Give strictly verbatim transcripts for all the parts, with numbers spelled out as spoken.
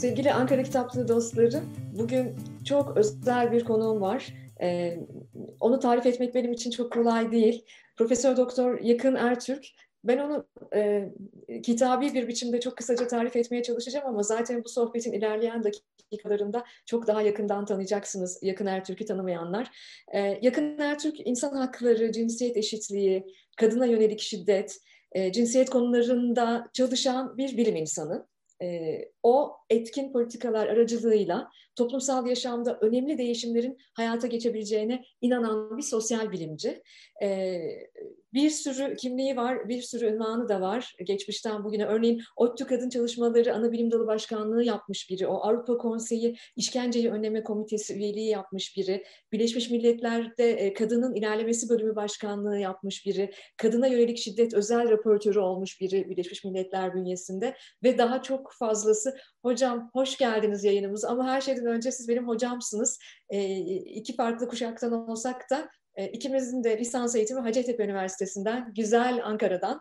Sevgili Ankara Kitaplığı dostları, bugün çok özel bir konuğum var. Ee, onu tarif etmek benim için çok kolay değil. Profesör Doktor Yakın Ertürk. Ben onu e, kitabi bir biçimde çok kısaca tarif etmeye çalışacağım ama zaten bu sohbetin ilerleyen dakikalarında çok daha yakından tanıyacaksınız Yakın Ertürk'ü tanımayanlar. Ee, Yakın Ertürk, insan hakları, cinsiyet eşitliği, kadına yönelik şiddet, e, cinsiyet konularında çalışan bir bilim insanı. E, o etkin politikalar aracılığıyla toplumsal yaşamda önemli değişimlerin hayata geçebileceğine inanan bir sosyal bilimci. E, bir sürü kimliği var, bir sürü ünvanı da var geçmişten bugüne. Örneğin ODTÜ Kadın Çalışmaları Anabilim Dalı Başkanlığı yapmış biri, o Avrupa Konseyi İşkenceyi Önleme Komitesi üyeliği yapmış biri, Birleşmiş Milletler'de e, Kadının İlerlemesi Bölümü Başkanlığı yapmış biri, kadına yönelik şiddet özel raportörü olmuş biri Birleşmiş Milletler bünyesinde ve daha çok fazlası. Hocam hoş geldiniz yayınımıza ama her şeyden önce siz benim hocamsınız. E, iki farklı kuşaktan olsak da e, ikimizin de lisans eğitimi Hacettepe Üniversitesi'nden, güzel Ankara'dan.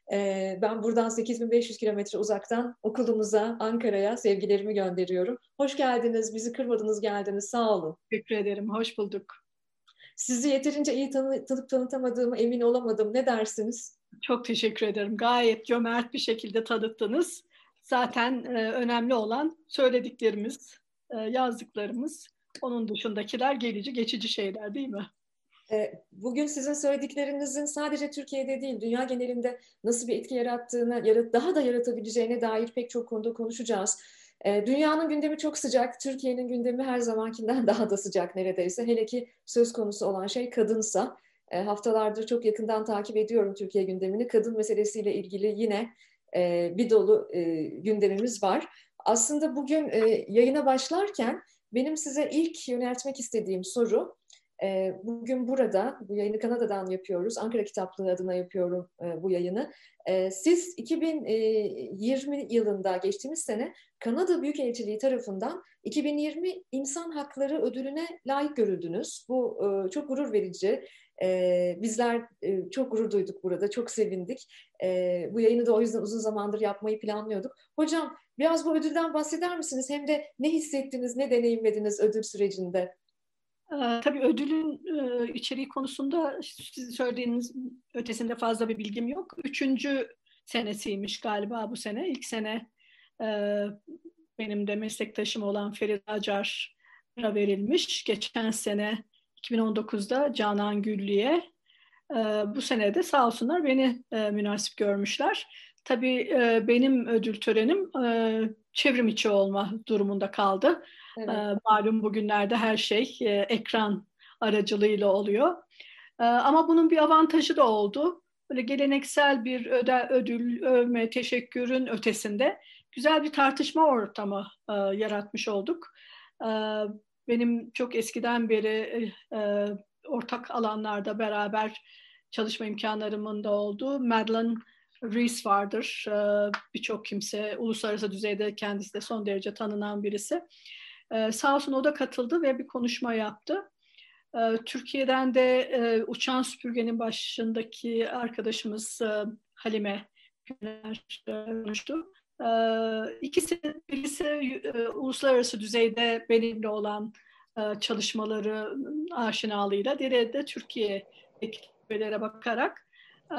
E, ben buradan sekiz bin beş yüz kilometre uzaktan okulumuza, Ankara'ya sevgilerimi gönderiyorum. Hoş geldiniz, bizi kırmadınız, geldiniz, sağ olun. Teşekkür ederim, hoş bulduk. Sizi yeterince iyi tanı tanıp tanıtamadığımı emin olamadım. Ne dersiniz? Çok teşekkür ederim. Gayet cömert bir şekilde tanıttınız. Zaten e, önemli olan söylediklerimiz, e, yazdıklarımız. Onun dışındakiler gelici, geçici şeyler değil mi? Bugün sizin söylediklerinizin sadece Türkiye'de değil, dünya genelinde nasıl bir etki yarattığına, daha da yaratabileceğine dair pek çok konuda konuşacağız. Dünyanın gündemi çok sıcak, Türkiye'nin gündemi her zamankinden daha da sıcak neredeyse. Hele ki söz konusu olan şey kadınsa. Haftalardır çok yakından takip ediyorum Türkiye gündemini. Kadın meselesiyle ilgili yine bir dolu gündemimiz var. Aslında bugün yayına başlarken benim size ilk yöneltmek istediğim soru, bugün burada, bu yayını Kanada'dan yapıyoruz. Ankara Kitaplığı adına yapıyorum bu yayını. Siz iki bin yirmi yılında, geçtiğimiz sene Kanada Büyükelçiliği tarafından iki bin yirmi İnsan Hakları Ödülü'ne layık görüldünüz. Bu çok gurur verici. Bizler çok gurur duyduk burada, çok sevindik. Bu yayını da o yüzden uzun zamandır yapmayı planlıyorduk. Hocam, biraz bu ödülden bahseder misiniz? Hem de ne hissettiniz, ne deneyimlediniz ödül sürecinde? Ee, tabii ödülün e, içeriği konusunda sizin söylediğiniz ötesinde fazla bir bilgim yok. Üçüncü senesiymiş galiba bu sene. İlk sene e, benim de meslektaşım olan Feride Acar'a verilmiş. Geçen sene iki bin on dokuzda Canan Güllü'ye. E, bu sene de sağ olsunlar beni e, münasip görmüşler. Tabii e, benim ödül törenim e, çevrim içi olma durumunda kaldı. Evet. E, malum bugünlerde her şey e, ekran aracılığıyla oluyor. E, ama bunun bir avantajı da oldu. Böyle geleneksel bir öde, ödül, övme, teşekkürün ötesinde güzel bir tartışma ortamı e, yaratmış olduk. E, benim çok eskiden beri e, ortak alanlarda beraber çalışma imkanlarımın da olduğu Madeleine Rees vardır. Ee, Birçok kimse uluslararası düzeyde kendisi de son derece tanınan birisi. Ee, sağ olsun o da katıldı ve bir konuşma yaptı. Ee, Türkiye'den de e, Uçan Süpürge'nin başındaki arkadaşımız e, Halime Güner e, konuştu. Ee, ikisi, birisi e, uluslararası düzeyde benimle olan e, çalışmaları aşinalığıyla, diğeri de Türkiye'deki tecrübelere bakarak e,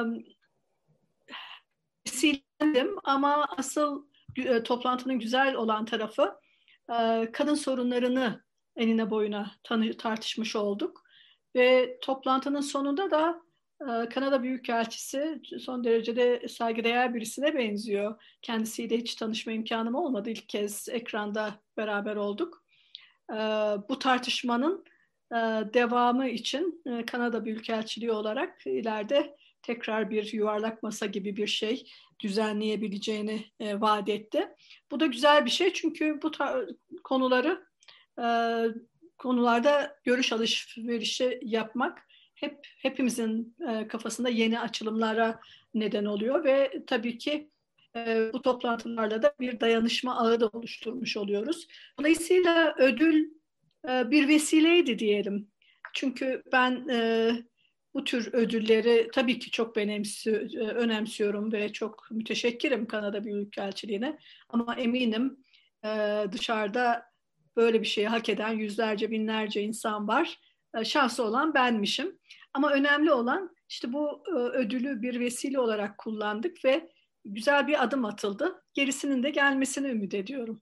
esinlendim ama asıl e, toplantının güzel olan tarafı e, kadın sorunlarını enine boyuna tanı, tartışmış olduk. Ve toplantının sonunda da e, Kanada Büyükelçisi son derece de saygıdeğer birisine benziyor. Kendisiyle hiç tanışma imkanım olmadı. İlk kez ekranda beraber olduk. E, bu tartışmanın e, devamı için e, Kanada Büyükelçiliği olarak ileride tekrar bir yuvarlak masa gibi bir şey düzenleyebileceğini e, vaat etti. Bu da güzel bir şey çünkü bu konuları e, konularda görüş alışverişi yapmak hep hepimizin e, kafasında yeni açılımlara neden oluyor ve tabii ki e, bu toplantılarla da bir dayanışma ağı da oluşturmuş oluyoruz. Dolayısıyla ödül e, bir vesileydi diyelim. Çünkü ben e, bu tür ödülleri tabii ki çok önemsiyorum ve çok müteşekkirim Kanada Büyükelçiliğine. Ama eminim Ee, dışarıda böyle bir şeyi hak eden yüzlerce, binlerce insan var. Ee, şanslı olan benmişim. Ama önemli olan işte bu e, ödülü bir vesile olarak kullandık ve güzel bir adım atıldı. Gerisinin de gelmesini ümit ediyorum.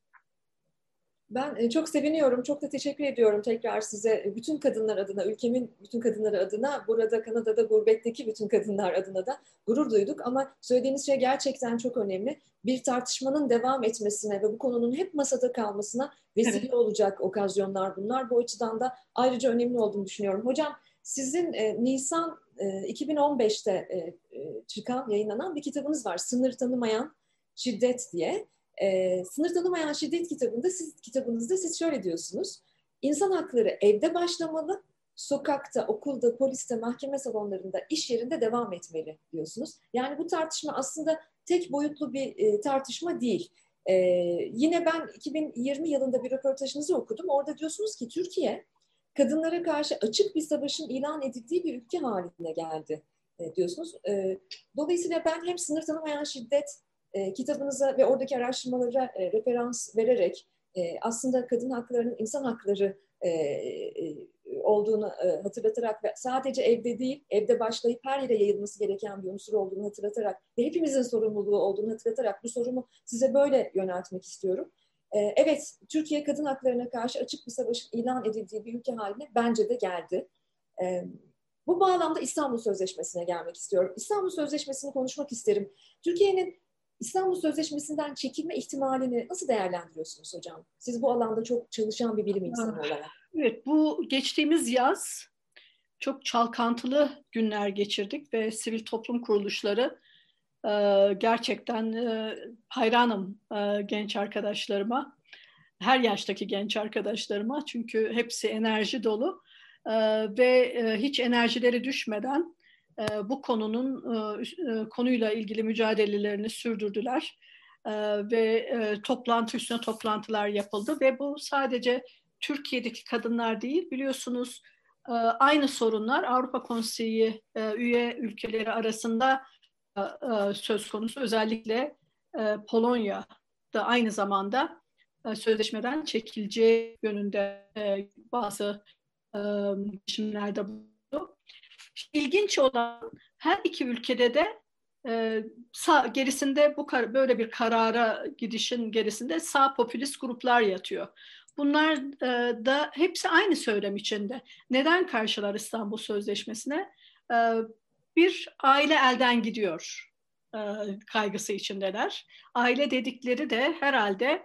Ben e, çok seviniyorum, çok da teşekkür ediyorum tekrar size. E, bütün kadınlar adına, ülkemin bütün kadınları adına, burada Kanada'da gurbetteki bütün kadınlar adına da gurur duyduk. Ama söylediğiniz şey gerçekten çok önemli. Bir tartışmanın devam etmesine ve bu konunun hep masada kalmasına Evet. vesile olacak okazyonlar bunlar. Bu açıdan da ayrıca önemli olduğunu düşünüyorum. Hocam, sizin e, Nisan e, iki bin on beşte e, e, çıkan, yayınlanan bir kitabınız var. Sınır Tanımayan Şiddet diye. E, Sınır Tanımayan Şiddet kitabında siz, kitabınızda siz şöyle diyorsunuz. İnsan hakları evde başlamalı, sokakta, okulda, poliste, mahkeme salonlarında, iş yerinde devam etmeli diyorsunuz. Yani bu tartışma aslında tek boyutlu bir e, tartışma değil. E, yine ben iki bin yirmi yılında bir röportajınızı okudum. Orada diyorsunuz ki Türkiye kadınlara karşı açık bir savaşın ilan edildiği bir ülke haline geldi e, diyorsunuz. E, dolayısıyla ben hem sınır tanımayan şiddet e, kitabınıza ve oradaki araştırmalara e, referans vererek e, aslında kadın haklarının insan hakları e, e, olduğunu e, hatırlatarak ve sadece evde değil, evde başlayıp her yere yayılması gereken bir unsur olduğunu hatırlatarak ve hepimizin sorumluluğu olduğunu hatırlatarak bu sorumu size böyle yöneltmek istiyorum. E, evet, Türkiye kadın haklarına karşı açık bir savaşın ilan edildiği bir ülke haline bence de geldi. E, bu bağlamda İstanbul Sözleşmesi'ne gelmek istiyorum. İstanbul Sözleşmesi'ni konuşmak isterim. Türkiye'nin İstanbul Sözleşmesi'nden çekilme ihtimalini nasıl değerlendiriyorsunuz hocam? Siz bu alanda çok çalışan bir bilim insanı olarak. Evet, bu geçtiğimiz yaz çok çalkantılı günler geçirdik ve sivil toplum kuruluşları e, gerçekten e, hayranım e, genç arkadaşlarıma, her yaştaki genç arkadaşlarıma çünkü hepsi enerji dolu e, ve e, hiç enerjileri düşmeden e, bu konunun e, konuyla ilgili mücadelelerini sürdürdüler. E, ve e, toplantı üstüne toplantılar yapıldı ve bu sadece Türkiye'deki kadınlar değil, biliyorsunuz e, aynı sorunlar Avrupa Konseyi e, üye ülkeleri arasında e, e, söz konusu. Özellikle e, Polonya da aynı zamanda e, sözleşmeden çekileceği yönünde e, bazı e, girişimlerde bulundu. İlginç olan her iki ülkede de e, sağ, gerisinde bu böyle bir karara gidişin gerisinde sağ popülist gruplar yatıyor. Bunlar e, da hepsi aynı söylem içinde. Neden karşılar İstanbul Sözleşmesi'ne? E, bir aile elden gidiyor e, kaygısı içindeler. Aile dedikleri de herhalde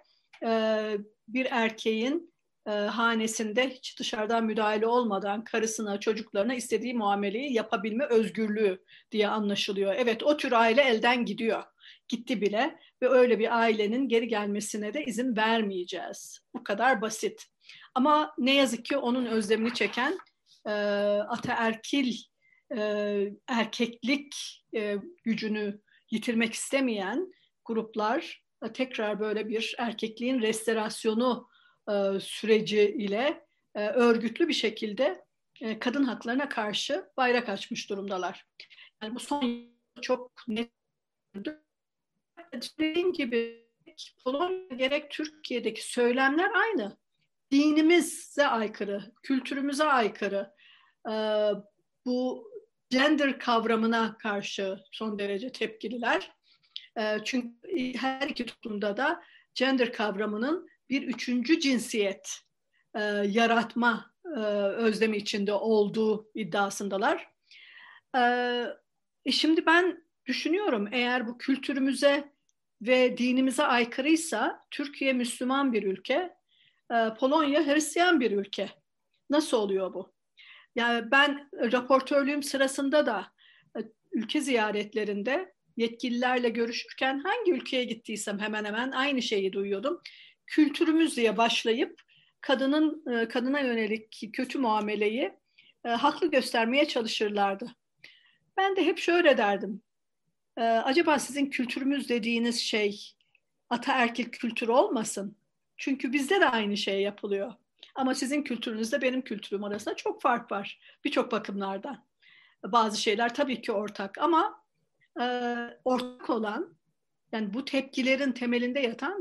e, bir erkeğin e, hanesinde hiç dışarıdan müdahale olmadan karısına, çocuklarına istediği muameleyi yapabilme özgürlüğü diye anlaşılıyor. Evet, o tür aile elden gidiyor. Gitti bile ve öyle bir ailenin geri gelmesine de izin vermeyeceğiz. Bu kadar basit. Ama ne yazık ki onun özlemini çeken e, ataerkil e, erkeklik e, gücünü yitirmek istemeyen gruplar e, tekrar böyle bir erkekliğin restorasyonu e, süreci ile e, örgütlü bir şekilde e, kadın haklarına karşı bayrak açmış durumdalar. Yani bu son çok net. Dediğim gibi Polonya gerek Türkiye'deki söylemler aynı. Dinimize aykırı, kültürümüze aykırı. E, bu gender kavramına karşı son derece tepkililer. E, çünkü her iki toplumda da gender kavramının bir üçüncü cinsiyet e, yaratma e, özlemi içinde olduğu iddiasındalar. E, şimdi ben düşünüyorum, eğer bu kültürümüze ve dinimize aykırıysa Türkiye Müslüman bir ülke, e, Polonya Hristiyan bir ülke. Nasıl oluyor bu? Yani ben raportörlüğüm sırasında da e, ülke ziyaretlerinde yetkililerle görüşürken hangi ülkeye gittiysem hemen hemen aynı şeyi duyuyordum. Kültürümüz diye başlayıp kadının e, kadına yönelik kötü muameleyi e, haklı göstermeye çalışırlardı. Ben de hep şöyle derdim. E, acaba sizin kültürümüz dediğiniz şey ataerkil kültür olmasın? Çünkü bizde de aynı şey yapılıyor. Ama sizin kültürünüzle benim kültürüm arasında çok fark var. Birçok bakımlardan. Bazı şeyler tabii ki ortak ama e, ortak olan, yani bu tepkilerin temelinde yatan bir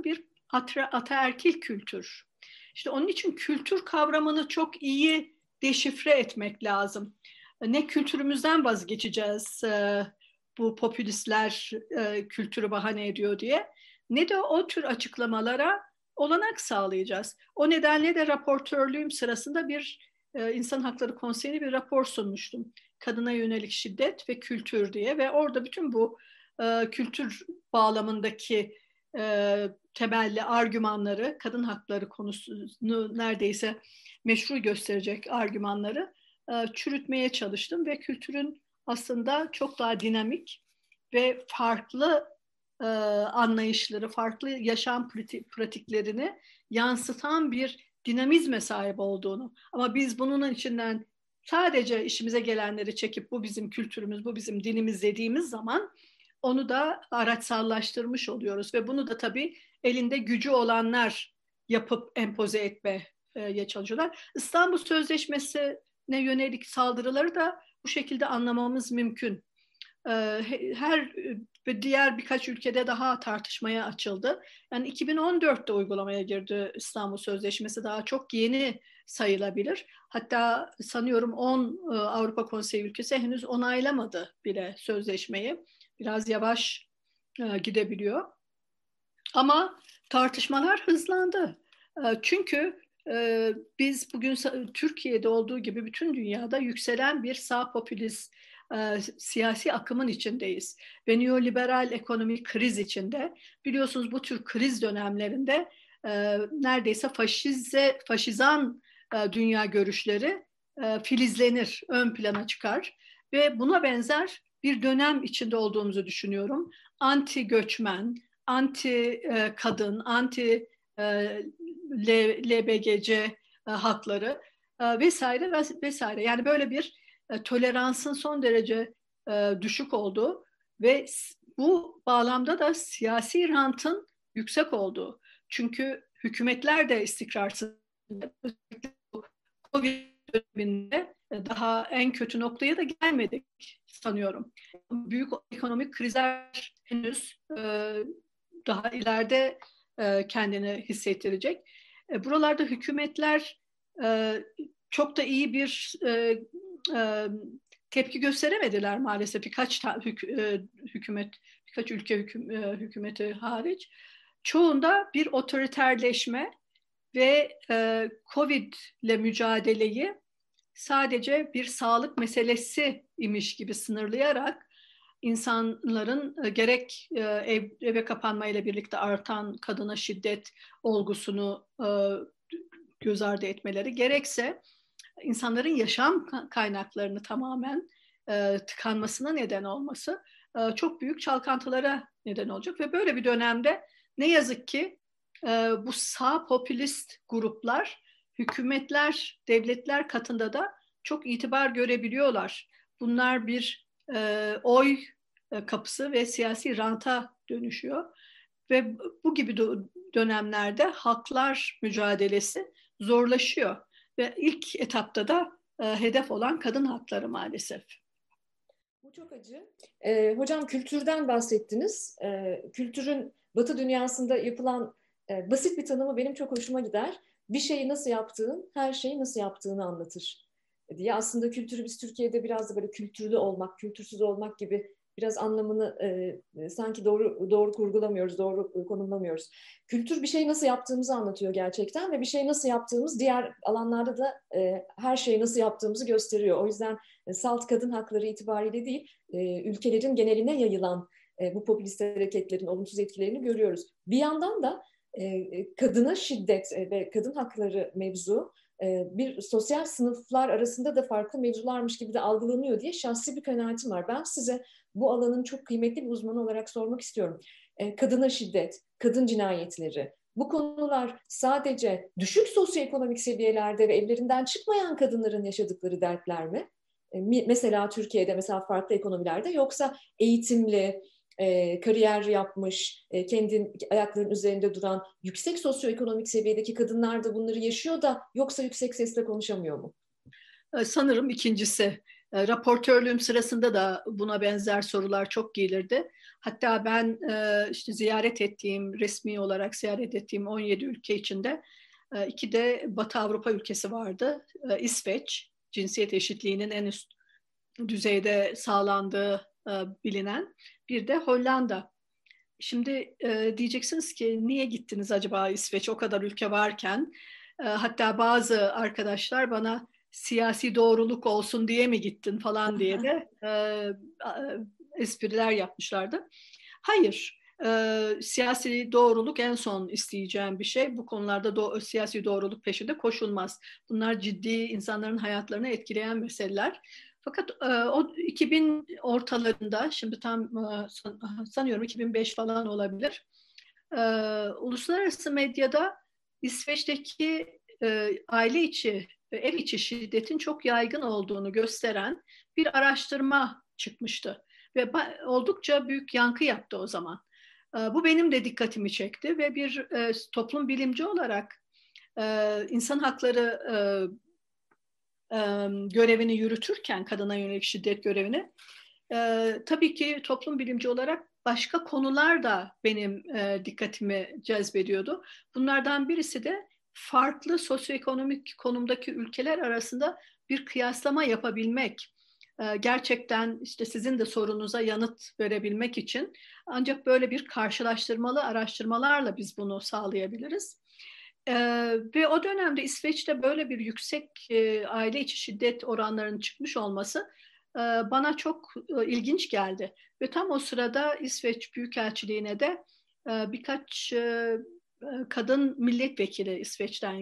ata, ataerkil kültür. İşte onun için kültür kavramını çok iyi deşifre etmek lazım. Ne kültürümüzden vazgeçeceğiz bu popülistler kültürü bahane ediyor diye, ne de o tür açıklamalara olanak sağlayacağız. O nedenle de raportörlüğüm sırasında bir İnsan Hakları Konseyi'ne bir rapor sunmuştum. Kadına yönelik şiddet ve kültür diye ve orada bütün bu kültür bağlamındaki temelli argümanları, kadın hakları konusunu neredeyse meşru gösterecek argümanları çürütmeye çalıştım ve kültürün aslında çok daha dinamik ve farklı e, anlayışları, farklı yaşam pratiklerini yansıtan bir dinamizme sahip olduğunu, ama biz bunun içinden sadece işimize gelenleri çekip bu bizim kültürümüz, bu bizim dinimiz dediğimiz zaman onu da araçsallaştırmış oluyoruz ve bunu da tabii elinde gücü olanlar yapıp empoze etmeye çalışıyorlar. İstanbul Sözleşmesi'ne yönelik saldırıları da bu şekilde anlamamız mümkün. Her ve diğer birkaç ülkede daha tartışmaya açıldı. Yani iki bin on dörtte uygulamaya girdi İstanbul Sözleşmesi, daha çok yeni sayılabilir. Hatta sanıyorum on Avrupa Konseyi ülkesi henüz onaylamadı bile sözleşmeyi. Biraz yavaş gidebiliyor. Ama tartışmalar hızlandı. Çünkü biz bugün Türkiye'de olduğu gibi bütün dünyada yükselen bir sağ popülist e, siyasi akımın içindeyiz. Ve neoliberal ekonomik kriz içinde. Biliyorsunuz bu tür kriz dönemlerinde e, neredeyse faşize, faşizan e, dünya görüşleri e, filizlenir, ön plana çıkar. Ve buna benzer bir dönem içinde olduğumuzu düşünüyorum. Anti göçmen, anti e, kadın, anti e, L B G C e, hakları e, vesaire vesaire. Yani böyle bir e, toleransın son derece e, düşük olduğu ve bu bağlamda da siyasi rantın yüksek olduğu. Çünkü hükümetler de istikrarsız. Covid döneminde daha en kötü noktaya da gelmedik sanıyorum. Büyük ekonomik krizler henüz e, daha ileride e, kendini hissettirecek. E, buralarda hükümetler e, çok da iyi bir e, e, tepki gösteremediler maalesef, birkaç hük, e, hükümet, birkaç ülke hüküm, e, hükümeti hariç. Çoğunda bir otoriterleşme ve e, Covid ile mücadeleyi sadece bir sağlık meselesi imiş gibi sınırlayarak insanların e, gerek e, ev, eve kapanmayla birlikte artan kadına şiddet olgusunu e, göz ardı etmeleri, gerekse insanların yaşam kaynaklarını tamamen e, tıkanmasına neden olması e, çok büyük çalkantılara neden olacak. Ve böyle bir dönemde ne yazık ki e, bu sağ popülist gruplar hükümetler, devletler katında da çok itibar görebiliyorlar. Bunlar bir e, oy e, kapısı ve siyasi ranta dönüşüyor. Ve bu gibi dönemlerde halklar mücadelesi zorlaşıyor. Ve ilk etapta da e, hedef olan kadın hakları maalesef. Bu çok acı. E, hocam kültürden bahsettiniz. E, kültürün Batı dünyasında yapılan e, basit bir tanımı benim çok hoşuma gider. Bir şeyi nasıl yaptığın, her şeyi nasıl yaptığını anlatır diye. Aslında kültürü biz Türkiye'de biraz da böyle kültürlü olmak, kültürsüz olmak gibi biraz anlamını e, sanki doğru doğru kurgulamıyoruz, doğru konumlamıyoruz. Kültür bir şeyi nasıl yaptığımızı anlatıyor gerçekten ve bir şeyi nasıl yaptığımız diğer alanlarda da e, her şeyi nasıl yaptığımızı gösteriyor. O yüzden e, salt kadın hakları itibariyle değil, e, ülkelerin geneline yayılan e, bu popülist hareketlerin olumsuz etkilerini görüyoruz. Bir yandan da e, kadına şiddet e, ve kadın hakları mevzu bir sosyal sınıflar arasında da farklı mevzularmış gibi de algılanıyor diye şahsi bir kanaatim var. Ben size bu alanın çok kıymetli bir uzmanı olarak sormak istiyorum. Kadına şiddet, kadın cinayetleri, bu konular sadece düşük sosyoekonomik seviyelerde ve evlerinden çıkmayan kadınların yaşadıkları dertler mi? Mesela Türkiye'de, mesela farklı ekonomilerde, yoksa eğitimli, E, kariyer yapmış, e, kendi ayaklarının üzerinde duran yüksek sosyoekonomik seviyedeki kadınlar da bunları yaşıyor da yoksa yüksek sesle konuşamıyor mu? Sanırım ikincisi. E, raportörlüğüm sırasında da buna benzer sorular çok gelirdi. Hatta ben e, işte ziyaret ettiğim, resmi olarak ziyaret ettiğim on yedi ülke içinde e, iki de Batı Avrupa ülkesi vardı. E, İsveç, cinsiyet eşitliğinin en üst düzeyde sağlandığı e, bilinen. Bir de Hollanda. Şimdi e, diyeceksiniz ki niye gittiniz acaba İsveç o kadar ülke varken? E, hatta bazı arkadaşlar bana siyasi doğruluk olsun diye mi gittin falan diye de e, e, espriler yapmışlardı. Hayır, e, siyasi doğruluk en son isteyeceğim bir şey. Bu konularda do- siyasi doğruluk peşinde koşulmaz. Bunlar ciddi insanların hayatlarını etkileyen meseleler. Fakat e, o iki bin ortalarında, şimdi tam e, sanıyorum iki bin beş falan olabilir. E, uluslararası medyada İsveç'teki e, aile içi, ev içi şiddetin çok yaygın olduğunu gösteren bir araştırma çıkmıştı. Ve oldukça büyük yankı yaptı o zaman. E, bu benim de dikkatimi çekti ve bir e, toplum bilimci olarak e, insan hakları e, e, görevini yürütürken, kadına yönelik şiddet görevini, e, tabii ki toplum bilimci olarak başka konular da benim e, dikkatimi cezbediyordu. Bunlardan birisi de farklı sosyoekonomik konumdaki ülkeler arasında bir kıyaslama yapabilmek. E, gerçekten işte sizin de sorunuza yanıt verebilmek için ancak böyle bir karşılaştırmalı araştırmalarla biz bunu sağlayabiliriz. Ee, ve o dönemde İsveç'te böyle bir yüksek e, aile içi şiddet oranlarının çıkmış olması e, bana çok e, ilginç geldi. Ve tam o sırada İsveç Büyükelçiliğine de e, birkaç e, e, kadın milletvekili İsveç'ten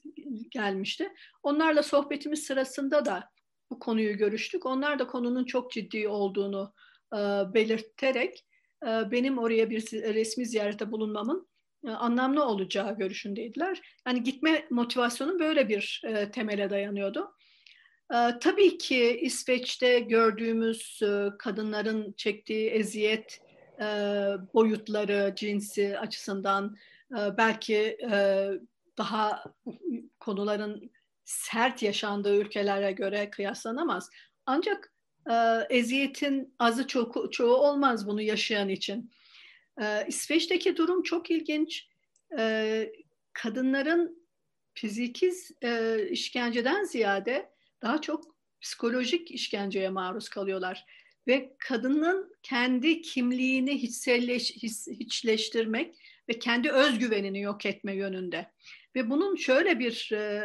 gelmişti. Onlarla sohbetimiz sırasında da bu konuyu görüştük. Onlar da konunun çok ciddi olduğunu e, belirterek e, benim oraya bir resmi ziyarete bulunmamın e, anlamlı olacağı görüşündeydiler. Yani gitme motivasyonu böyle bir e, temele dayanıyordu. E, tabii ki İsveç'te gördüğümüz e, kadınların çektiği eziyet e, boyutları, cinsi açısından e, belki e, daha konuların sert yaşandığı ülkelere göre kıyaslanamaz. Ancak e, eziyetin azı çoğu, çoğu olmaz bunu yaşayan için. Ee, İsveç'teki durum çok ilginç. Ee, kadınların fiziki e, işkenceden ziyade daha çok psikolojik işkenceye maruz kalıyorlar. Ve kadının kendi kimliğini hiçselleş, his, hiçleştirmek ve kendi özgüvenini yok etme yönünde. Ve bunun şöyle bir e,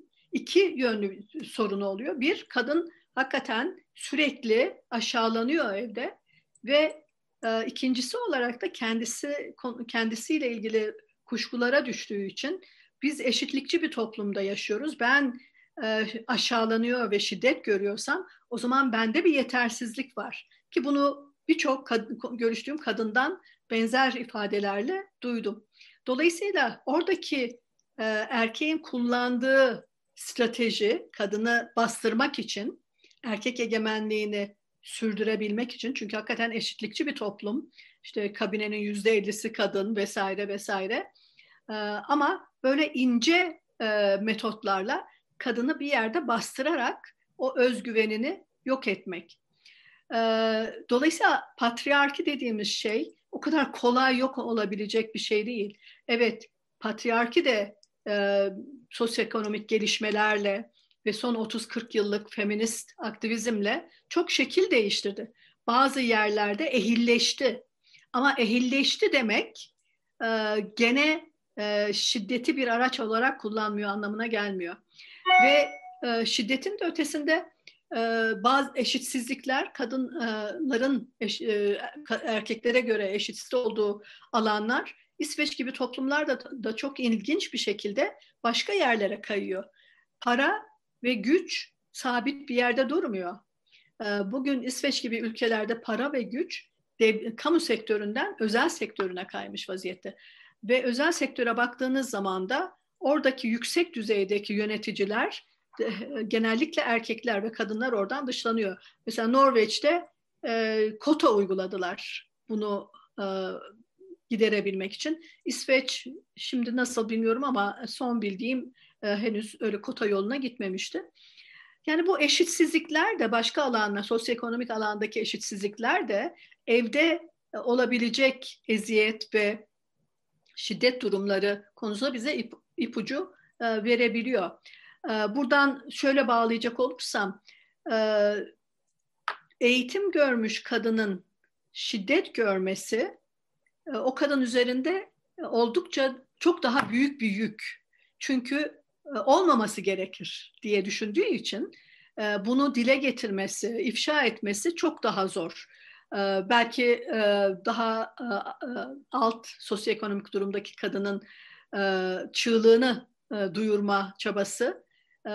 iki yönlü sorunu oluyor. Bir, kadın hakikaten sürekli aşağılanıyor evde ve e, ikincisi olarak da kendisi kendisiyle ilgili kuşkulara düştüğü için biz eşitlikçi bir toplumda yaşıyoruz. Ben e, aşağılanıyor ve şiddet görüyorsam o zaman bende bir yetersizlik var. Ki bunu birçok kad- görüştüğüm kadından benzer ifadelerle duydum. Dolayısıyla oradaki e, erkeğin kullandığı strateji kadını bastırmak için, erkek egemenliğini sürdürebilmek için, çünkü hakikaten eşitlikçi bir toplum, işte kabinenin yüzde ellisi kadın vesaire vesaire, ee, ama böyle ince e, metotlarla kadını bir yerde bastırarak o özgüvenini yok etmek. Ee, dolayısıyla patriarki dediğimiz şey o kadar kolay yok olabilecek bir şey değil. Evet, patriarki de e, sosyoekonomik gelişmelerle ve son otuz kırk yıllık feminist aktivizmle çok şekil değiştirdi. Bazı yerlerde ehilleşti. Ama ehilleşti demek e, gene e, şiddeti bir araç olarak kullanmıyor anlamına gelmiyor. Ve e, şiddetin de ötesinde e, bazı eşitsizlikler, kadınların eş, e, erkeklere göre eşitsiz olduğu alanlar İsveç gibi toplumlarda da çok ilginç bir şekilde başka yerlere kayıyor. Para ve güç sabit bir yerde durmuyor. E, bugün İsveç gibi ülkelerde para ve güç dev, kamu sektöründen özel sektörüne kaymış vaziyette. Ve özel sektöre baktığınız zaman da oradaki yüksek düzeydeki yöneticiler genellikle erkekler ve kadınlar oradan dışlanıyor. Mesela Norveç'te e, kota uyguladılar bunu e, giderebilmek için. İsveç şimdi nasıl bilmiyorum ama son bildiğim e, henüz öyle kota yoluna gitmemişti. Yani bu eşitsizlikler de başka alanlar, sosyoekonomik alandaki eşitsizlikler de evde olabilecek eziyet ve şiddet durumları konusunda bize ip, ipucu e, verebiliyor. E, buradan şöyle bağlayacak olursam, e, eğitim görmüş kadının şiddet görmesi e, o kadın üzerinde e, oldukça çok daha büyük bir yük. Çünkü e, olmaması gerekir diye düşündüğü için e, bunu dile getirmesi, ifşa etmesi çok daha zor. E, belki e, daha e, e, alt sosyoekonomik durumdaki kadının e, çığlığını e, duyurma çabası e,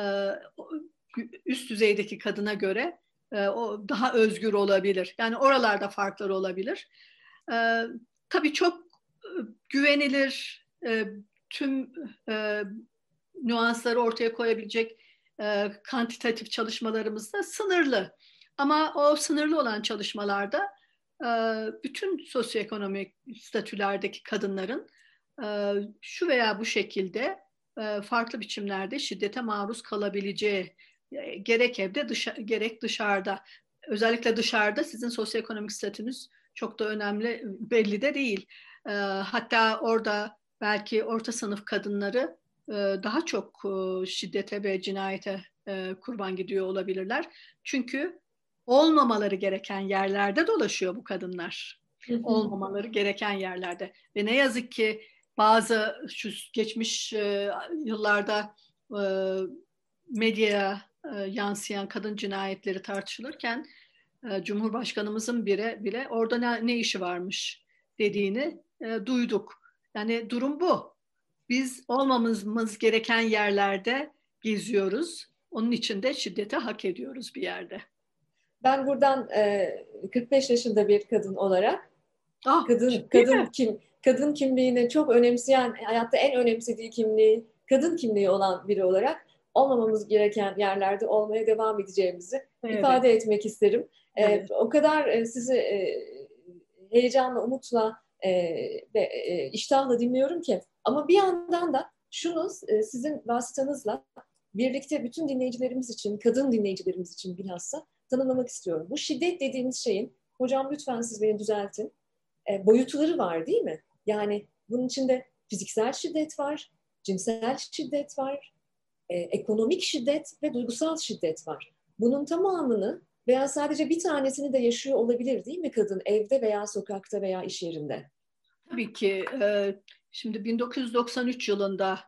üst düzeydeki kadına göre e, o daha özgür olabilir. Yani oralarda farklar olabilir. E, tabii çok e, güvenilir, e, tüm e, nüansları ortaya koyabilecek e, kantitatif çalışmalarımız da sınırlı. Ama o sınırlı olan çalışmalarda e, bütün sosyoekonomik statülerdeki kadınların e, şu veya bu şekilde e, farklı biçimlerde şiddete maruz kalabileceği, e, gerek evde dışa, gerek dışarıda. Özellikle dışarıda sizin sosyoekonomik statünüz çok da önemli, belli de değil. E, hatta orada belki orta sınıf kadınları e, daha çok e, şiddete ve cinayete e, kurban gidiyor olabilirler. Çünkü olmamaları gereken yerlerde dolaşıyor bu kadınlar. Olmamaları gereken yerlerde. Ve ne yazık ki bazı şu geçmiş e, yıllarda e, medyaya e, yansıyan kadın cinayetleri tartışılırken e, Cumhurbaşkanımızın bile bile orada ne, ne işi varmış dediğini e, duyduk. Yani durum bu. Biz olmamamız gereken yerlerde geziyoruz. Onun için de şiddeti hak ediyoruz bir yerde. Ben buradan e, kırk beş yaşında bir kadın olarak Ah, kadın ciddi kadın mi? kim kadın kimliğini çok önemseyen, hayatta en önemsediği kimliği kadın kimliği olan biri olarak olmamamız gereken yerlerde olmaya devam edeceğimizi Evet, ifade etmek isterim. E, evet. o kadar e, sizi e, heyecanla, umutla e, ve e, iştahla dinliyorum ki. Ama bir yandan da şunu e, sizin vasıtanızla birlikte bütün dinleyicilerimiz için, kadın dinleyicilerimiz için bilhassa tanımlamak istiyorum. Bu şiddet dediğimiz şeyin, hocam lütfen siz beni düzeltin, e, boyutları var değil mi? Yani bunun içinde fiziksel şiddet var, cinsel şiddet var, e, ekonomik şiddet ve duygusal şiddet var. Bunun tamamını veya sadece bir tanesini de yaşıyor olabilir değil mi kadın evde veya sokakta veya iş yerinde? Tabii ki e, şimdi bin dokuz yüz doksan üç yılında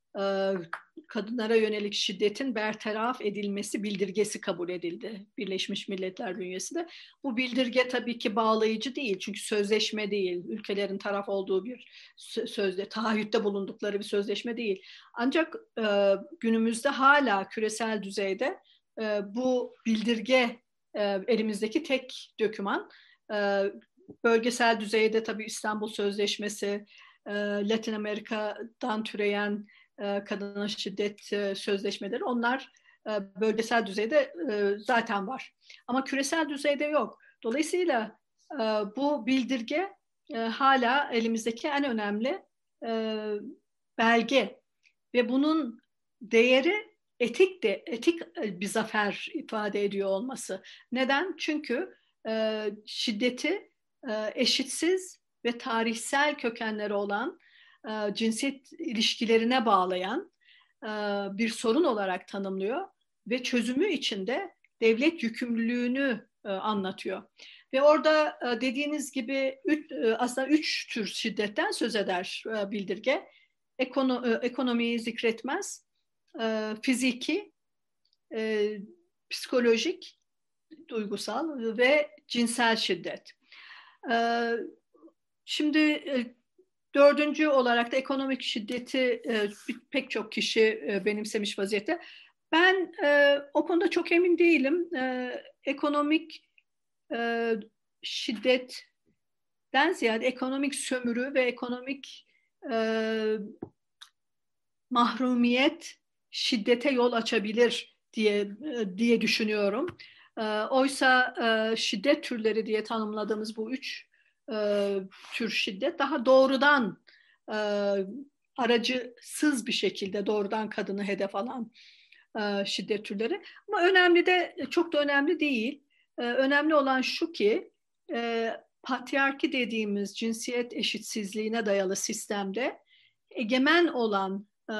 e, kadınlara yönelik şiddetin bertaraf edilmesi bildirgesi kabul edildi Birleşmiş Milletler bünyesinde. Bu bildirge tabii ki bağlayıcı değil çünkü sözleşme değil, ülkelerin taraf olduğu bir sözde, taahhütte bulundukları bir sözleşme değil. Ancak e, günümüzde hala küresel düzeyde e, bu bildirge e, elimizdeki tek doküman. E, Bölgesel düzeyde tabii İstanbul Sözleşmesi, e, Latin Amerika'dan türeyen e, kadına şiddet e, sözleşmeleri, onlar e, bölgesel düzeyde e, zaten var. Ama küresel düzeyde yok. Dolayısıyla e, bu bildirge e, hala elimizdeki en önemli e, belge ve bunun değeri etik de etik bir zafer ifade ediyor olması. Neden? Çünkü e, şiddeti e, eşitsiz ve tarihsel kökenleri olan e, cinsiyet ilişkilerine bağlayan e, bir sorun olarak tanımlıyor ve çözümü içinde devlet yükümlülüğünü e, anlatıyor. Ve orada e, dediğiniz gibi üç, e, aslında üç tür şiddetten söz eder e, bildirge. Ekono, e, ekonomiyi zikretmez, e, fiziki, e, psikolojik, duygusal ve cinsel şiddet. E, şimdi e, dördüncü olarak da ekonomik şiddeti e, pek çok kişi e, benimsemiş vaziyette. Ben e, o konuda çok emin değilim. E, ekonomik e, şiddetten ziyade ekonomik sömürü ve ekonomik e, mahrumiyet şiddete yol açabilir diye e, diye düşünüyorum. E, oysa e, şiddet türleri diye tanımladığımız bu üç e, tür şiddet daha doğrudan e, aracısız bir şekilde doğrudan kadını hedef alan e, şiddet türleri. Ama önemli de, çok da önemli değil. E, önemli olan şu ki e, patriarki dediğimiz cinsiyet eşitsizliğine dayalı sistemde egemen olan e,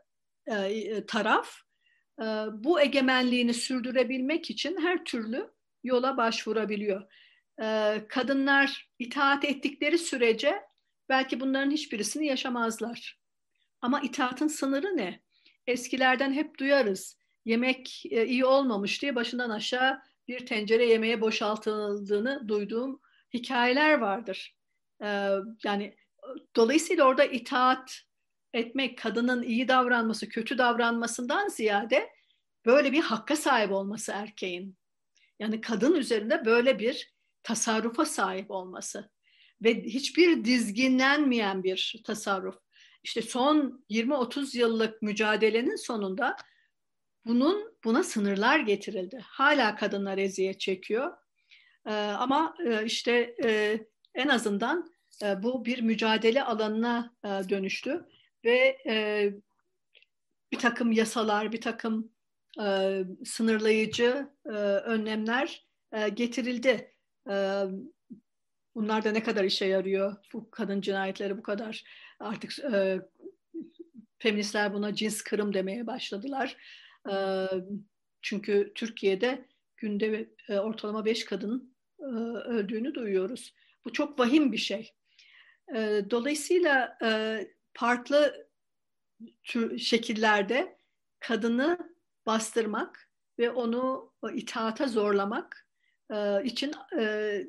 e, taraf e, bu egemenliğini sürdürebilmek için her türlü yola başvurabiliyor. E, kadınlar itaat ettikleri sürece belki bunların hiçbirisini yaşamazlar. Ama itaatın sınırı ne? Eskilerden hep duyarız. Yemek e, iyi olmamış diye başından aşağı bir tencere yemeğe boşaltıldığını duyduğum hikayeler vardır. E, yani dolayısıyla orada itaat etmek, kadının iyi davranması, kötü davranmasından ziyade böyle bir hakka sahip olması erkeğin. Yani kadın üzerinde böyle bir tasarrufa sahip olması ve hiçbir dizginlenmeyen bir tasarruf. İşte son yirmi otuz yıllık mücadelenin sonunda bunun buna sınırlar getirildi. Hala kadınlar eziyet çekiyor. Ee, ama e, işte e, en azından e, bu bir mücadele alanına e, dönüştü ve e, bir takım yasalar, bir takım e, sınırlayıcı e, önlemler e, getirildi. E, bunlar da ne kadar işe yarıyor? Bu kadın cinayetleri bu kadar artık e, feministler buna cins kırım demeye başladılar. E, çünkü Türkiye'de günde e, ortalama beş kadın e, öldüğünü duyuyoruz. Bu çok vahim bir şey. E, dolayısıyla e, farklı tür şekillerde kadını bastırmak ve onu itaata zorlamak e, için e,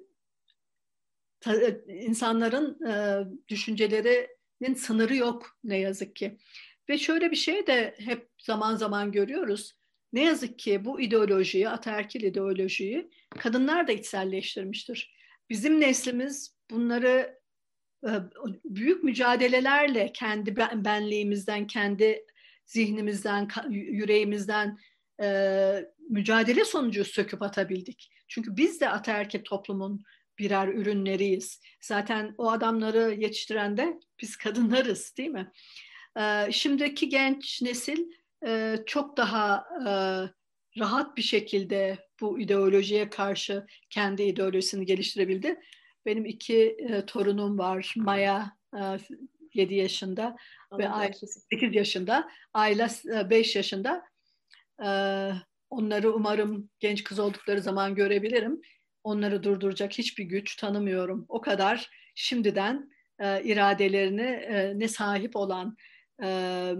ta, insanların e, düşüncelerinin sınırı yok ne yazık ki. Ve şöyle bir şey de hep zaman zaman görüyoruz. Ne yazık ki bu ideolojiyi, ataerkil ideolojiyi kadınlar da içselleştirmiştir. Bizim neslimiz bunları büyük mücadelelerle kendi benliğimizden, kendi zihnimizden, yüreğimizden e, mücadele sonucu söküp atabildik. Çünkü biz de ataerkil toplumun birer ürünleriyiz. Zaten o adamları yetiştiren de biz kadınlarız, değil mi? E, şimdiki genç nesil e, çok daha e, rahat bir şekilde bu ideolojiye karşı kendi ideolojisini geliştirebildi. Benim iki e, torunum var. Maya e, yedi yaşında ve Ayla sekiz yaşında. Ayla e, beş yaşında. E, onları umarım genç kız oldukları zaman görebilirim. Onları durduracak hiçbir güç tanımıyorum. O kadar şimdiden e, iradelerine e, ne sahip olan e,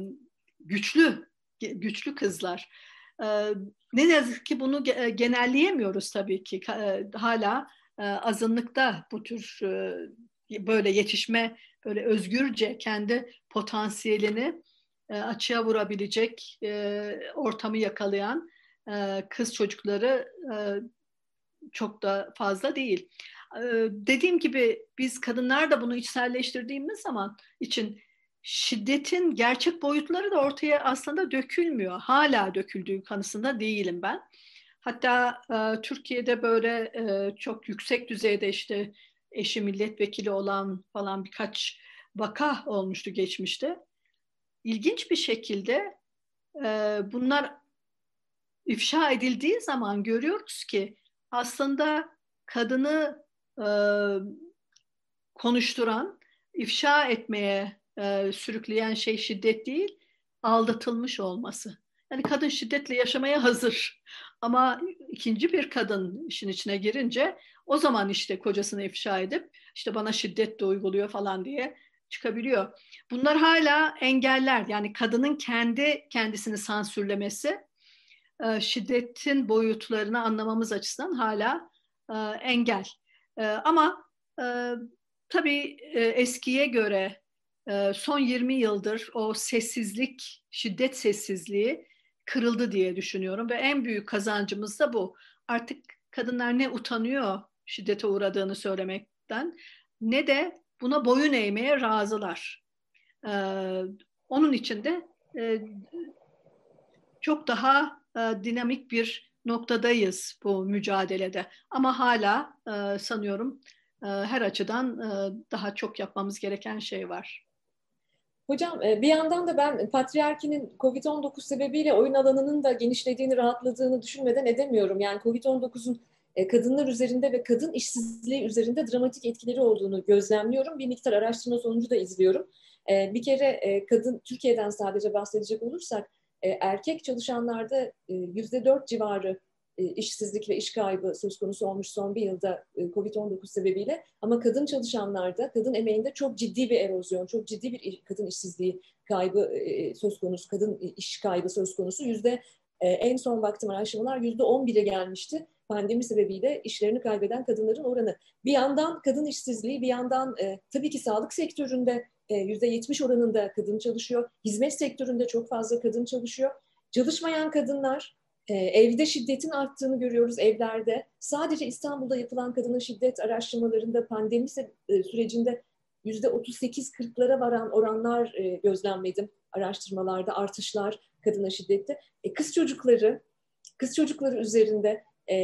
güçlü güçlü kızlar. E, ne yazık ki bunu genelleyemiyoruz tabii ki. E, hala e, azınlıkta bu tür e, böyle yetişme, böyle özgürce kendi potansiyelini e, açığa vurabilecek e, ortamı yakalayan e, kız çocukları e, çok da fazla değil. E, dediğim gibi biz kadınlar da bunu içselleştirdiğimiz zaman için şiddetin gerçek boyutları da ortaya aslında dökülmüyor. Hala döküldüğü kanısında değilim ben. Hatta e, Türkiye'de böyle e, çok yüksek düzeyde işte eşi milletvekili olan falan birkaç vaka olmuştu geçmişte. İlginç bir şekilde e, bunlar ifşa edildiği zaman görüyoruz ki aslında kadını e, konuşturan, ifşa etmeye e, sürükleyen şey şiddet değil, aldatılmış olması. Yani kadın şiddetle yaşamaya hazır. Ama ikinci bir kadın işin içine girince o zaman işte kocasını ifşa edip işte bana şiddet de uyguluyor falan diye çıkabiliyor. Bunlar hala engeller. Yani kadının kendi kendisini sansürlemesi e, şiddetin boyutlarını anlamamız açısından hala e, engel. E, ama e, tabii e, eskiye göre e, son yirmi yıldır o sessizlik, şiddet sessizliği kırıldı diye düşünüyorum ve en büyük kazancımız da bu. Artık kadınlar ne utanıyor şiddete uğradığını söylemekten ne de buna boyun eğmeye razılar. E, onun için de e, çok daha e, dinamik bir noktadayız bu mücadelede. Ama hala e, sanıyorum e, her açıdan e, daha çok yapmamız gereken şey var. Hocam e, bir yandan da ben patriarkinin kovid on dokuz sebebiyle oyun alanının da genişlediğini, rahatladığını düşünmeden edemiyorum. Yani kovid on dokuzun e, kadınlar üzerinde ve kadın işsizliği üzerinde dramatik etkileri olduğunu gözlemliyorum. Bir miktar araştırma sonucu da izliyorum. E, Bir kere e, kadın, Türkiye'den sadece bahsedecek olursak, e, erkek çalışanlarda e, yüzde dört civarı e, işsizlik ve iş kaybı söz konusu olmuş son bir yılda e, kovid on dokuz sebebiyle. Ama kadın çalışanlarda, kadın emeğinde çok ciddi bir erozyon, çok ciddi bir kadın işsizliği kaybı e, söz konusu, kadın iş kaybı söz konusu. Yüzde e, en son baktığım araştırmalar yüzde on bire gelmişti. Pandemi sebebiyle işlerini kaybeden kadınların oranı. Bir yandan kadın işsizliği, bir yandan e, tabii ki sağlık sektöründe e, yüzde yetmiş oranında kadın çalışıyor. Hizmet sektöründe çok fazla kadın çalışıyor. Çalışmayan kadınlar, e, evde şiddetin arttığını görüyoruz evlerde. Sadece İstanbul'da yapılan kadına şiddet araştırmalarında pandemi e, sürecinde yüzde otuz sekiz kırklara varan oranlar e, gözlemledim. Araştırmalarda artışlar kadına şiddette. E, kız çocukları, kız çocukları üzerinde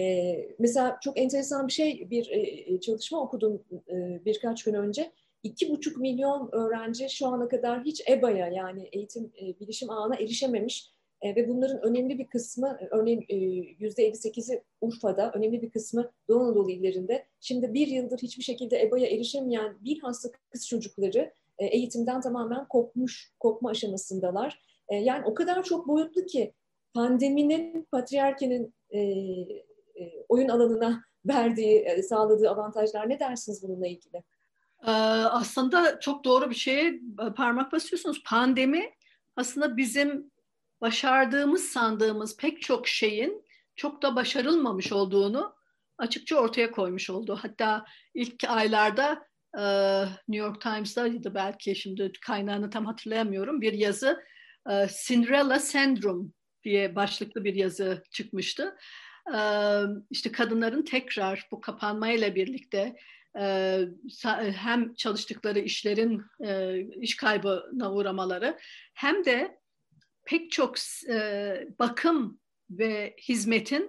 e, mesela çok enteresan bir şey, bir e, çalışma okudum e, birkaç gün önce. İki buçuk milyon öğrenci şu ana kadar hiç E B A'ya, yani eğitim e, bilişim ağına erişememiş. E, ve bunların önemli bir kısmı, örneğin e, yüzde elli sekizi Urfa'da, önemli bir kısmı Doğu Anadolu illerinde. Şimdi bir yıldır hiçbir şekilde E B A'ya erişemeyen bilhassa kız çocukları e, eğitimden tamamen kopmuş, kopma aşamasındalar. E, yani o kadar çok boyutlu ki pandeminin patriarkenin e, e, oyun alanına verdiği, e, sağladığı avantajlar, ne dersiniz bununla ilgili? Ee, aslında çok doğru bir şeye parmak basıyorsunuz. Pandemi aslında bizim başardığımız sandığımız pek çok şeyin çok da başarılmamış olduğunu açıkça ortaya koymuş oldu. Hatta ilk aylarda e, New York Times'daydı, belki şimdi kaynağını tam hatırlayamıyorum, bir yazı, e, Cinderella Syndrome diye başlıklı bir yazı çıkmıştı. E, işte kadınların tekrar bu kapanmayla birlikte e, hem çalıştıkları işlerin e, iş kaybına uğramaları, hem de pek çok e, bakım ve hizmetin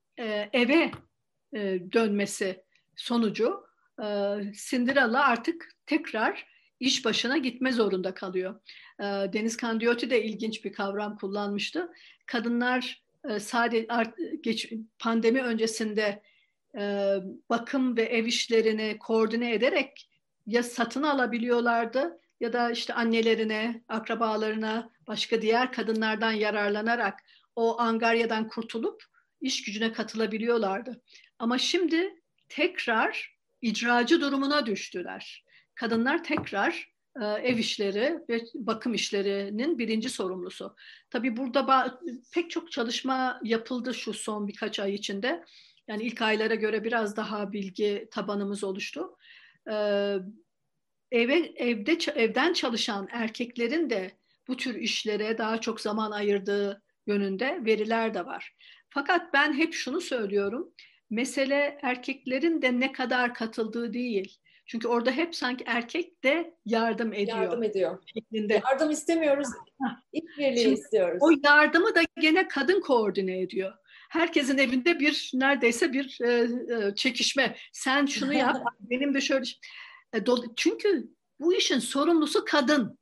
e, eve e, dönmesi sonucu e, Cinderella artık tekrar iş başına gitme zorunda kalıyor. E, Deniz Candioti de ilginç bir kavram kullanmıştı. Kadınlar e, sadece art, geç, pandemi öncesinde e, bakım ve ev işlerini koordine ederek ya satın alabiliyorlardı ya da işte annelerine, akrabalarına, başka diğer kadınlardan yararlanarak o angaryadan kurtulup iş gücüne katılabiliyorlardı. Ama şimdi tekrar icracı durumuna düştüler. Kadınlar tekrar e, ev işleri ve bakım işlerinin birinci sorumlusu. Tabii burada pek çok çalışma yapıldı şu son birkaç ay içinde. Yani ilk aylara göre biraz daha bilgi tabanımız oluştu. Ee, eve evde evden çalışan erkeklerin de bu tür işlere daha çok zaman ayırdığı yönünde veriler de var. Fakat ben hep şunu söylüyorum. Mesele erkeklerin de ne kadar katıldığı değil. Çünkü orada hep sanki erkek de yardım ediyor Yardım ediyor. şeklinde. Yardım istemiyoruz, işbirliği Şimdi istiyoruz. o yardımı da gene kadın koordine ediyor. Herkesin evinde bir neredeyse bir e, e, çekişme. Sen şunu yap, benim de şöyle. E, çünkü bu işin sorumlusu kadın.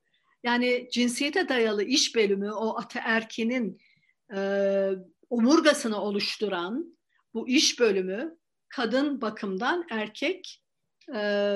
Yani cinsiyete dayalı iş bölümü, o ataerkinin e, omurgasını oluşturan bu iş bölümü kadın bakımdan, erkek e,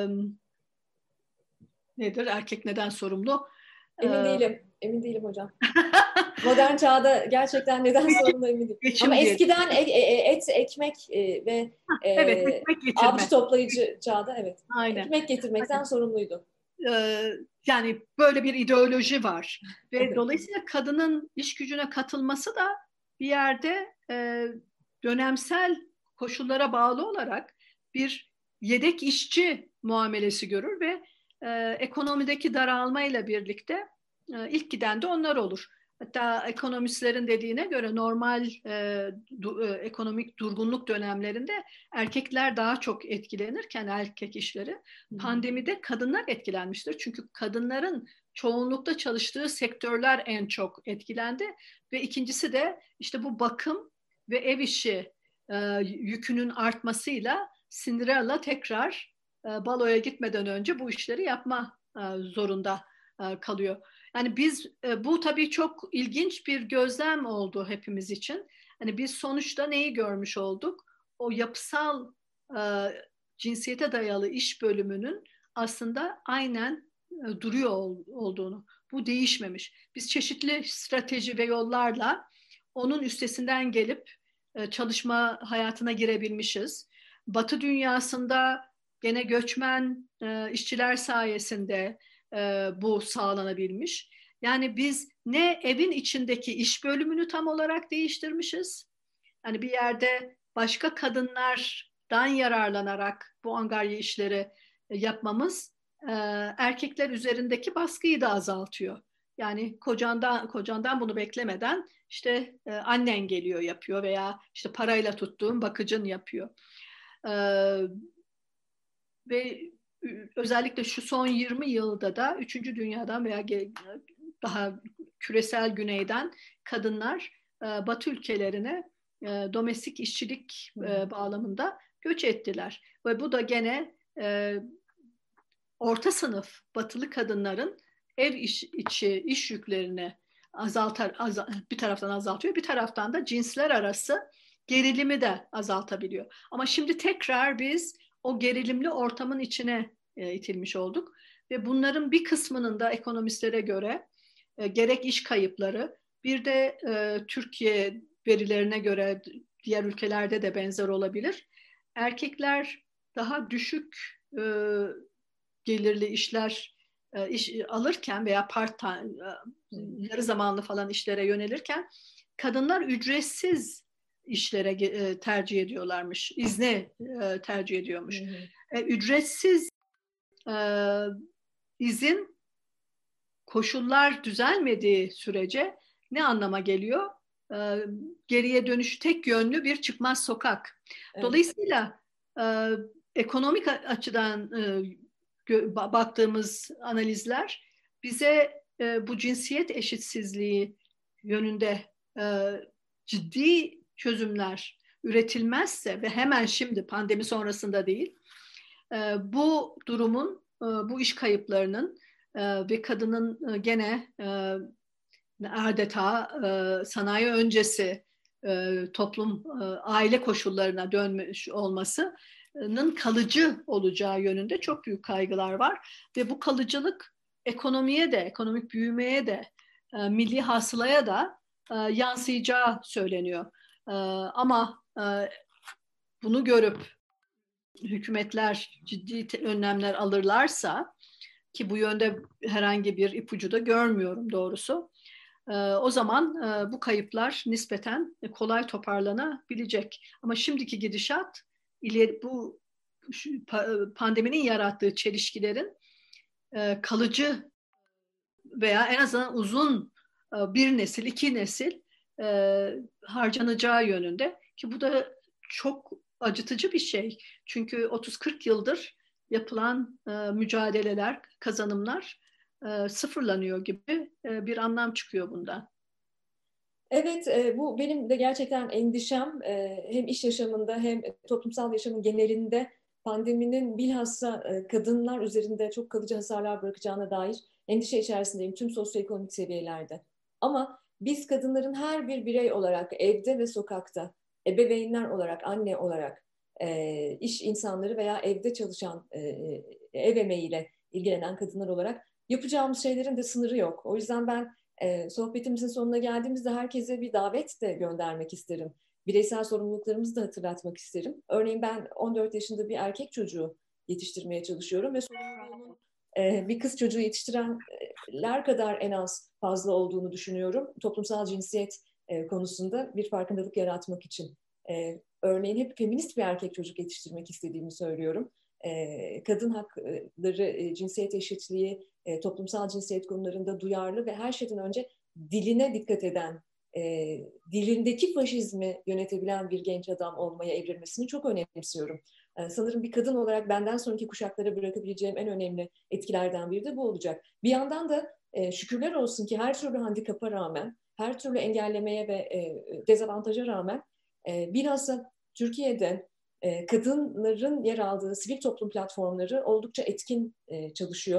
nedir? Erkek neden sorumlu? Emin E, değilim. Emin değilim hocam. Modern çağda gerçekten neden sorumlu emin değilim. Geçim Ama diyelim. eskiden e, e, et, ekmek e, ve e, Evet, ekmek avcı getirme. toplayıcı çağda, evet. Aynen. Ekmek getirmekten sorumluydu. Ee, yani böyle bir ideoloji var. Ve Evet. dolayısıyla kadının iş gücüne katılması da bir yerde e, dönemsel koşullara bağlı olarak bir yedek işçi muamelesi görür ve e, ekonomideki daralmayla birlikte e, ilk giden de onlar olur. Hatta ekonomistlerin dediğine göre normal e, du, e, ekonomik durgunluk dönemlerinde erkekler daha çok etkilenirken erkek işleri, pandemide kadınlar etkilenmiştir. Çünkü kadınların çoğunlukta çalıştığı sektörler en çok etkilendi ve ikincisi de işte bu bakım ve ev işi e, yükünün artmasıyla Cinderella tekrar e, baloya gitmeden önce bu işleri yapma e, zorunda e, kalıyor. Yani biz e, bu tabii çok ilginç bir gözlem oldu hepimiz için. Hani biz sonuçta neyi görmüş olduk? O yapısal e, cinsiyete dayalı iş bölümünün aslında aynen e, duruyor ol, olduğunu. Bu değişmemiş. Biz çeşitli strateji ve yollarla onun üstesinden gelip e, çalışma hayatına girebilmişiz. Batı dünyasında gene göçmen e, işçiler sayesinde e, bu sağlanabilmiş. Yani biz ne evin içindeki iş bölümünü tam olarak değiştirmişiz. Hani bir yerde başka kadınlardan yararlanarak bu angarya işleri e, yapmamız e, erkekler üzerindeki baskıyı da azaltıyor. Yani kocandan kocandan bunu beklemeden işte e, annen geliyor yapıyor veya işte parayla tuttuğun bakıcın yapıyor. E, ve özellikle şu son yirmi yılda da üçüncü dünyadan veya daha küresel güneyden kadınlar e, Batı ülkelerine e, domestik işçilik e, bağlamında göç ettiler. Ve bu da gene e, orta sınıf batılı kadınların ev iş, içi iş yüklerini azaltar, azal, bir taraftan azaltıyor, bir taraftan da cinsler arası gerilimi de azaltabiliyor. Ama şimdi tekrar biz o gerilimli ortamın içine e, itilmiş olduk ve bunların bir kısmının da ekonomistlere göre e, gerek iş kayıpları, bir de e, Türkiye verilerine göre diğer ülkelerde de benzer olabilir. Erkekler daha düşük e, gelirli işler e, iş alırken veya part time, e, yarı zamanlı falan işlere yönelirken kadınlar ücretsiz işlere e, tercih ediyorlarmış. İzne e, tercih ediyormuş. Hı hı. E, ücretsiz e, izin koşullar düzelmediği sürece ne anlama geliyor? E, geriye dönüş tek yönlü bir çıkmaz sokak. Evet. Dolayısıyla e, ekonomik açıdan e, baktığımız analizler bize e, bu cinsiyet eşitsizliği yönünde e, ciddi çözümler üretilmezse ve hemen şimdi pandemi sonrasında değil, e, bu durumun, e, bu iş kayıplarının e, ve kadının e, gene e, adeta e, sanayi öncesi e, toplum, e, aile koşullarına dönmüş olmasının kalıcı olacağı yönünde çok büyük kaygılar var. Ve bu kalıcılık ekonomiye de, ekonomik büyümeye de, e, milli hasılaya da e, yansıyacağı söyleniyor. E, ama e, bunu görüp hükümetler ciddi önlemler alırlarsa, ki bu yönde herhangi bir ipucu da görmüyorum doğrusu, o zaman bu kayıplar nispeten kolay toparlanabilecek. Ama şimdiki gidişat ileri bu pandeminin yarattığı çelişkilerin kalıcı veya en azından uzun bir nesil, iki nesil harcanacağı yönünde, ki bu da çok acıtıcı bir şey. Çünkü otuz kırk yıldır yapılan mücadeleler, kazanımlar sıfırlanıyor gibi bir anlam çıkıyor bundan. Evet, bu benim de gerçekten endişem. Hem iş yaşamında hem toplumsal yaşamın genelinde pandeminin bilhassa kadınlar üzerinde çok kalıcı hasarlar bırakacağına dair endişe içerisindeyim tüm sosyoekonomik seviyelerde. Ama biz kadınların her bir birey olarak evde ve sokakta, ebeveynler olarak, anne olarak, iş insanları veya evde çalışan, ev emeğiyle ilgilenen kadınlar olarak yapacağımız şeylerin de sınırı yok. O yüzden ben e, sohbetimizin sonuna geldiğimizde herkese bir davet de göndermek isterim. Bireysel sorumluluklarımızı da hatırlatmak isterim. Örneğin ben on dört yaşında bir erkek çocuğu yetiştirmeye çalışıyorum ve sorumluluğunun e, bir kız çocuğu yetiştirenler kadar en az fazla olduğunu düşünüyorum. Toplumsal cinsiyet e, konusunda bir farkındalık yaratmak için. E, örneğin hep feminist bir erkek çocuk yetiştirmek istediğimi söylüyorum. Kadın hakları, cinsiyet eşitliği, toplumsal cinsiyet konularında duyarlı ve her şeyden önce diline dikkat eden, dilindeki faşizmi yönetebilen bir genç adam olmaya evrilmesini çok önemsiyorum. Sanırım bir kadın olarak benden sonraki kuşaklara bırakabileceğim en önemli etkilerden biri de bu olacak. Bir yandan da şükürler olsun ki her türlü handikapa rağmen, her türlü engellemeye ve dezavantaja rağmen bilhassa Türkiye'de kadınların yer aldığı sivil toplum platformları oldukça etkin çalışıyor.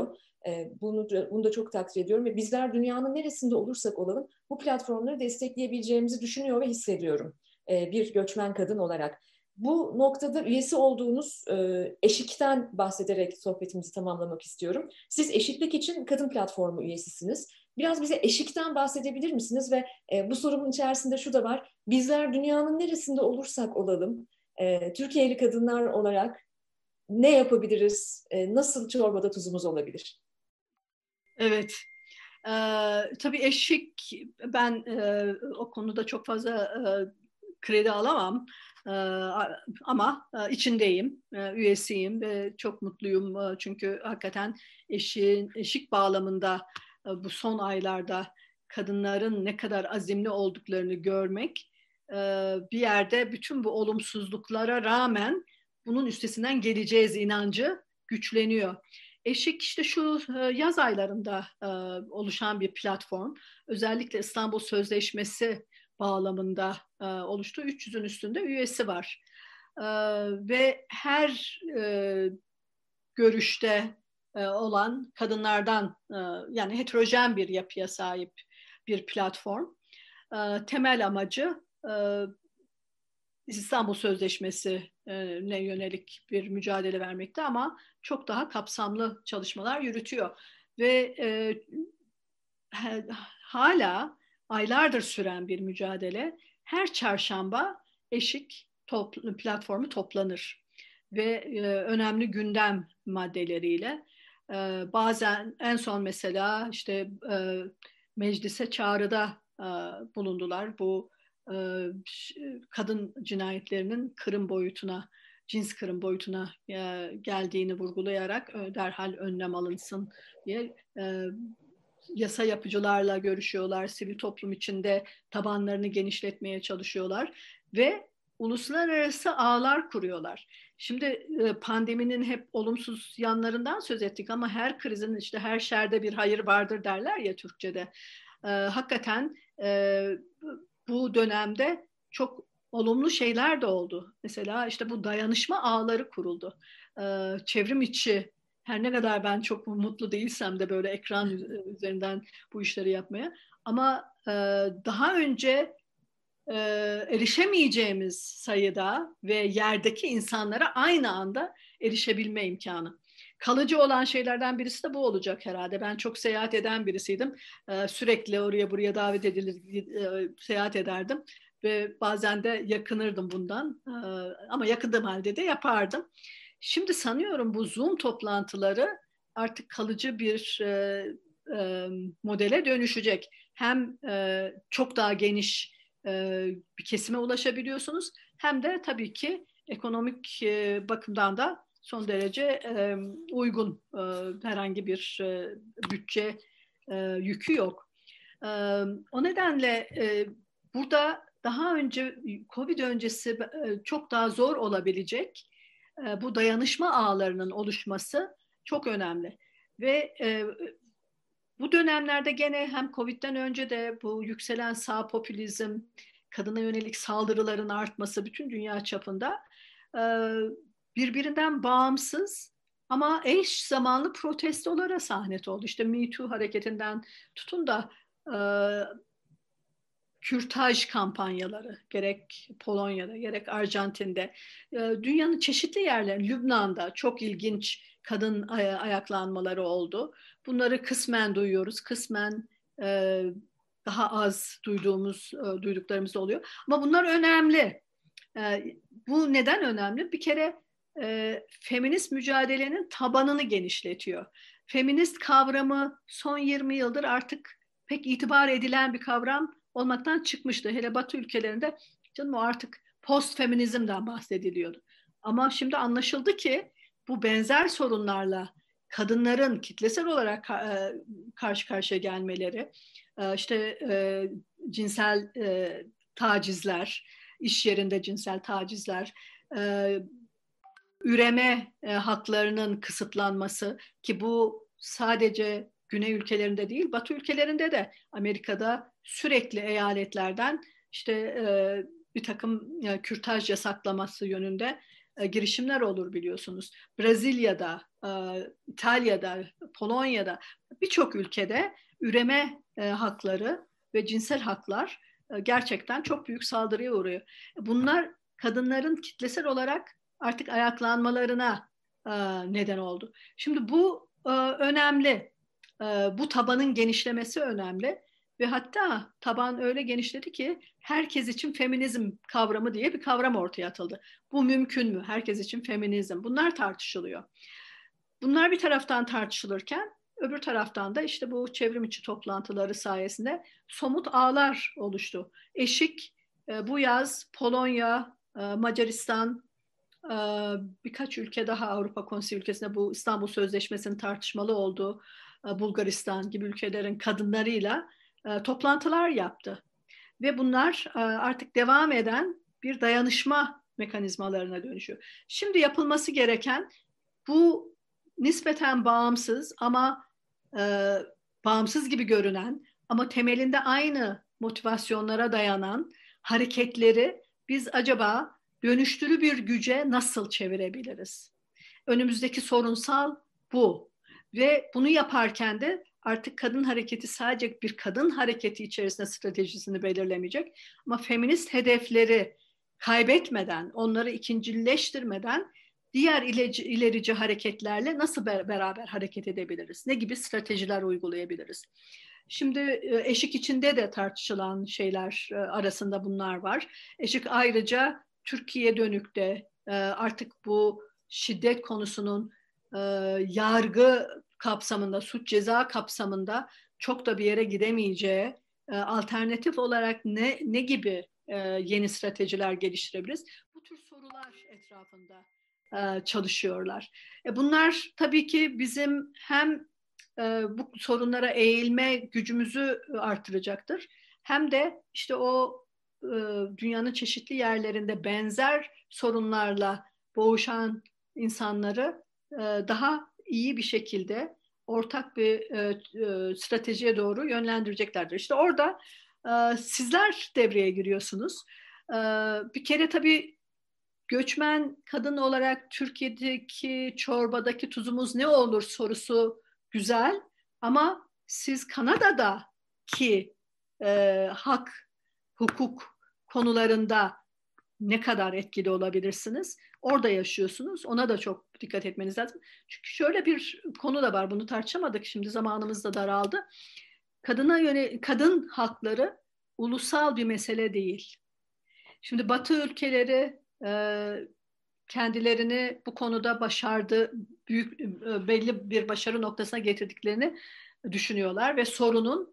E, bunu, bunu da çok takdir ediyorum ve bizler dünyanın neresinde olursak olalım bu platformları destekleyebileceğimizi düşünüyor ve hissediyorum e, bir göçmen kadın olarak. Bu noktada üyesi olduğunuz e, Eşik'ten bahsederek sohbetimizi tamamlamak istiyorum. Siz Eşitlik için Kadın Platformu üyesisiniz. Biraz bize Eşik'ten bahsedebilir misiniz? Ve e, bu sorumun içerisinde şu da var. Bizler dünyanın neresinde olursak olalım, e, Türkiye'li kadınlar olarak ne yapabiliriz? E, nasıl çorbada tuzumuz olabilir? Evet. Ee, tabii Eşik, ben e, o konuda çok fazla e, kredi alamam. Ee, ama e, içindeyim, e, üyesiyim ve çok mutluyum. E, çünkü hakikaten eşin, eşik bağlamında e, bu son aylarda kadınların ne kadar azimli olduklarını görmek, e, bir yerde bütün bu olumsuzluklara rağmen bunun üstesinden geleceğiz inancı güçleniyor. Eşik işte şu e, yaz aylarında e, oluşan bir platform. Özellikle İstanbul Sözleşmesi bağlamında e, oluştu. üç yüzün üstünde üyesi var. E, ve her e, görüşte e, olan kadınlardan e, yani heterojen bir yapıya sahip bir platform. E, temel amacı e, İstanbul Sözleşmesi'ne yönelik bir mücadele vermekte ama çok daha kapsamlı çalışmalar yürütüyor. Ve e, hala aylardır süren bir mücadele. Her çarşamba Eşik top, platformu toplanır ve e, önemli gündem maddeleriyle e, bazen en son mesela işte e, meclise çağrıda e, bulundular. Bu e, kadın cinayetlerinin kırım boyutuna, cins kırım boyutuna e, geldiğini vurgulayarak e, derhal önlem alınsın diye e, yasa yapıcılarla görüşüyorlar, sivil toplum içinde tabanlarını genişletmeye çalışıyorlar ve uluslararası ağlar kuruyorlar. Şimdi pandeminin hep olumsuz yanlarından söz ettik ama her krizin işte her şerde bir hayır vardır derler ya Türkçe'de. Ee, hakikaten e, bu dönemde çok olumlu şeyler de oldu. Mesela işte bu dayanışma ağları kuruldu. Ee, çevrim içi her ne kadar ben çok mutlu değilsem de böyle ekran üzerinden bu işleri yapmaya ama e, daha önce e, erişemeyeceğimiz sayıda ve yerdeki insanlara aynı anda erişebilme imkanı. Kalıcı olan şeylerden birisi de bu olacak herhalde. Ben çok seyahat eden birisiydim. E, sürekli oraya buraya davet edilir, e, seyahat ederdim ve bazen de yakınırdım bundan. E, ama yakındığım halde de yapardım. Şimdi sanıyorum bu Zoom toplantıları artık kalıcı bir e, e, modele dönüşecek. Hem e, çok daha geniş e, bir kesime ulaşabiliyorsunuz hem de tabii ki ekonomik e, bakımdan da son derece e, uygun e, herhangi bir e, bütçe e, yükü yok. E, o nedenle e, burada daha önce Covid öncesi e, çok daha zor olabilecek e, bu dayanışma ağlarının oluşması çok önemli. Ve e, bu dönemlerde gene hem Covid'den önce de bu yükselen sağ popülizm, kadına yönelik saldırıların artması bütün dünya çapında e, birbirinden bağımsız ama eş zamanlı protestolara sahnet oldu. İşte Me Too hareketinden tutun da e, kürtaj kampanyaları gerek Polonya'da gerek Arjantin'de e, dünyanın çeşitli yerlerinde Lübnan'da çok ilginç kadın ay- ayaklanmaları oldu. Bunları kısmen duyuyoruz, kısmen e, daha az duyduğumuz e, duyduklarımız oluyor. Ama bunlar önemli. E, bu neden önemli? Bir kere e, feminist mücadelenin tabanını genişletiyor. Feminist kavramı son yirmi yıldır artık pek itibar edilen bir kavram olmaktan çıkmıştı. Hele Batı ülkelerinde canım o artık post feminizmden bahsediliyordu. Ama şimdi anlaşıldı ki bu benzer sorunlarla kadınların kitlesel olarak e, karşı karşıya gelmeleri, e, işte e, cinsel e, tacizler, iş yerinde cinsel tacizler, e, üreme e, haklarının kısıtlanması ki bu sadece Güney ülkelerinde değil, Batı ülkelerinde de Amerika'da sürekli eyaletlerden işte e, bir takım e, kürtaj yasaklaması yönünde e, girişimler olur biliyorsunuz. Brezilya'da, e, İtalya'da, Polonya'da birçok ülkede üreme e, hakları ve cinsel haklar e, gerçekten çok büyük saldırıya uğruyor. Bunlar kadınların kitlesel olarak artık ayaklanmalarına e, neden oldu. Şimdi bu e, önemli. E, bu tabanın genişlemesi önemli. Ve hatta taban öyle genişledi ki herkes için feminizm kavramı diye bir kavram ortaya atıldı. Bu mümkün mü? Herkes için feminizm. Bunlar tartışılıyor. Bunlar bir taraftan tartışılırken öbür taraftan da işte bu çevrim içi toplantıları sayesinde somut ağlar oluştu. Eşik bu yaz Polonya, Macaristan, birkaç ülke daha Avrupa Konseyi ülkesinde bu İstanbul Sözleşmesi'nin tartışmalı olduğu Bulgaristan gibi ülkelerin kadınlarıyla toplantılar yaptı. Ve bunlar artık devam eden bir dayanışma mekanizmalarına dönüşüyor. Şimdi yapılması gereken bu nispeten bağımsız ama e, bağımsız gibi görünen ama temelinde aynı motivasyonlara dayanan hareketleri biz acaba dönüştürü bir güce nasıl çevirebiliriz? Önümüzdeki sorunsal bu. Ve bunu yaparken de artık kadın hareketi sadece bir kadın hareketi içerisinde stratejisini belirlemeyecek ama feminist hedefleri kaybetmeden, onları ikincileştirmeden diğer ilerici, ilerici hareketlerle nasıl beraber hareket edebiliriz? Ne gibi stratejiler uygulayabiliriz? Şimdi eşik içinde de tartışılan şeyler arasında bunlar var. Eşik ayrıca Türkiye dönük de artık bu şiddet konusunun yargı kapsamında, suç ceza kapsamında çok da bir yere gidemeyeceği, alternatif olarak ne, ne gibi yeni stratejiler geliştirebiliriz? Bu tür sorular etrafında çalışıyorlar. Bunlar tabii ki bizim hem bu sorunlara eğilme gücümüzü artıracaktır. Hem de işte o dünyanın çeşitli yerlerinde benzer sorunlarla boğuşan insanları daha iyi bir şekilde ortak bir stratejiye doğru yönlendireceklerdir. İşte orada sizler devreye giriyorsunuz. Bir kere tabii göçmen kadın olarak Türkiye'deki çorbadaki tuzumuz ne olur sorusu güzel ama siz Kanada'daki e, hak, hukuk konularında ne kadar etkili olabilirsiniz? Orada yaşıyorsunuz. Ona da çok dikkat etmeniz lazım. Çünkü şöyle bir konu da var. Bunu tartışamadık. Şimdi zamanımız da daraldı. Kadına yöne, kadın hakları ulusal bir mesele değil. Şimdi Batı ülkeleri e, kendilerini bu konuda başardı, büyük belli bir başarı noktasına getirdiklerini düşünüyorlar ve sorunun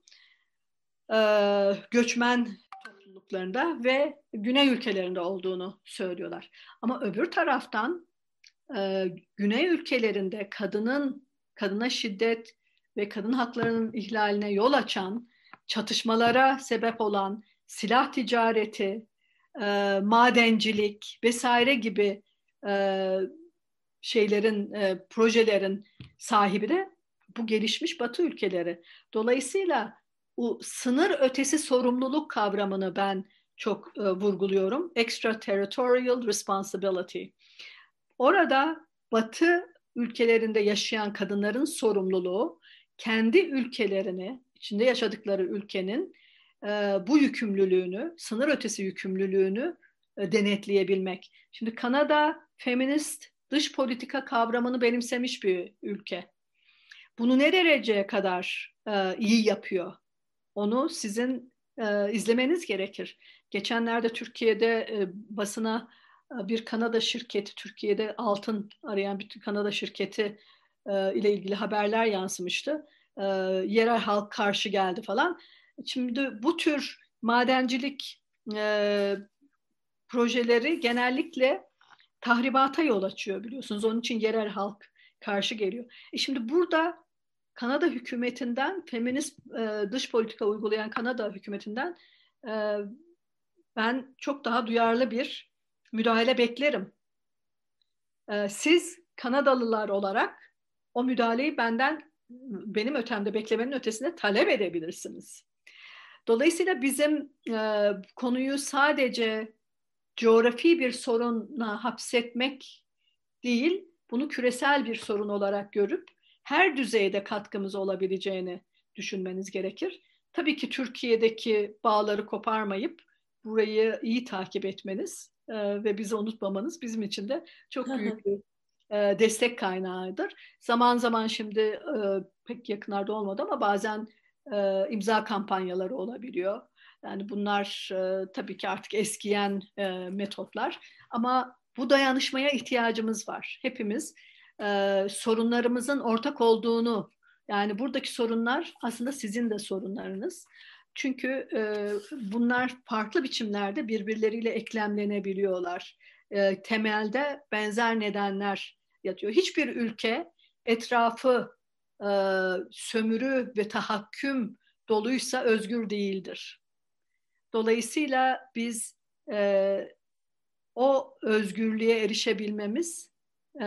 e, göçmen topluluklarında ve güney ülkelerinde olduğunu söylüyorlar. Ama öbür taraftan e, güney ülkelerinde kadının kadına şiddet ve kadın haklarının ihlaline yol açan, çatışmalara sebep olan silah ticareti, e, madencilik vesaire gibi e, şeylerin, e, projelerin sahibi de bu gelişmiş Batı ülkeleri. Dolayısıyla bu sınır ötesi sorumluluk kavramını ben çok e, vurguluyorum. Extraterritorial responsibility. Orada Batı ülkelerinde yaşayan kadınların sorumluluğu kendi ülkelerini, içinde yaşadıkları ülkenin e, bu yükümlülüğünü, sınır ötesi yükümlülüğünü e, denetleyebilmek. Şimdi Kanada feminist dış politika kavramını benimsemiş bir ülke. Bunu ne dereceye kadar e, iyi yapıyor? Onu sizin e, izlemeniz gerekir. Geçenlerde Türkiye'de e, basına e, bir Kanada şirketi, Türkiye'de altın arayan bir Kanada şirketi e, ile ilgili haberler yansımıştı. E, yerel halk karşı geldi falan. Şimdi bu tür madencilik e, projeleri genellikle tahribata yol açıyor biliyorsunuz. Onun için yerel halk karşı geliyor. E şimdi burada Kanada hükümetinden, feminist e, dış politika uygulayan Kanada hükümetinden e, ben çok daha duyarlı bir müdahale beklerim. E, siz Kanadalılar olarak o müdahaleyi benden, benim ötemde beklemenin ötesinde talep edebilirsiniz. Dolayısıyla bizim e, konuyu sadece coğrafi bir soruna hapsetmek değil, bunu küresel bir sorun olarak görüp her düzeyde katkımız olabileceğini düşünmeniz gerekir. Tabii ki Türkiye'deki bağları koparmayıp burayı iyi takip etmeniz e, ve bizi unutmamanız bizim için de çok büyük bir e, destek kaynağıdır. Zaman zaman şimdi e, pek yakınlarda olmadı ama bazen e, imza kampanyaları olabiliyor. Yani bunlar e, tabii ki artık eskiyen e, metotlar ama bu dayanışmaya ihtiyacımız var. Hepimiz e, sorunlarımızın ortak olduğunu, yani buradaki sorunlar aslında sizin de sorunlarınız. Çünkü e, bunlar farklı biçimlerde birbirleriyle eklemlenebiliyorlar. E, temelde benzer nedenler yatıyor. Hiçbir ülke etrafı e, sömürü ve tahakküm doluysa özgür değildir. Dolayısıyla biz e, o özgürlüğe erişebilmemiz e,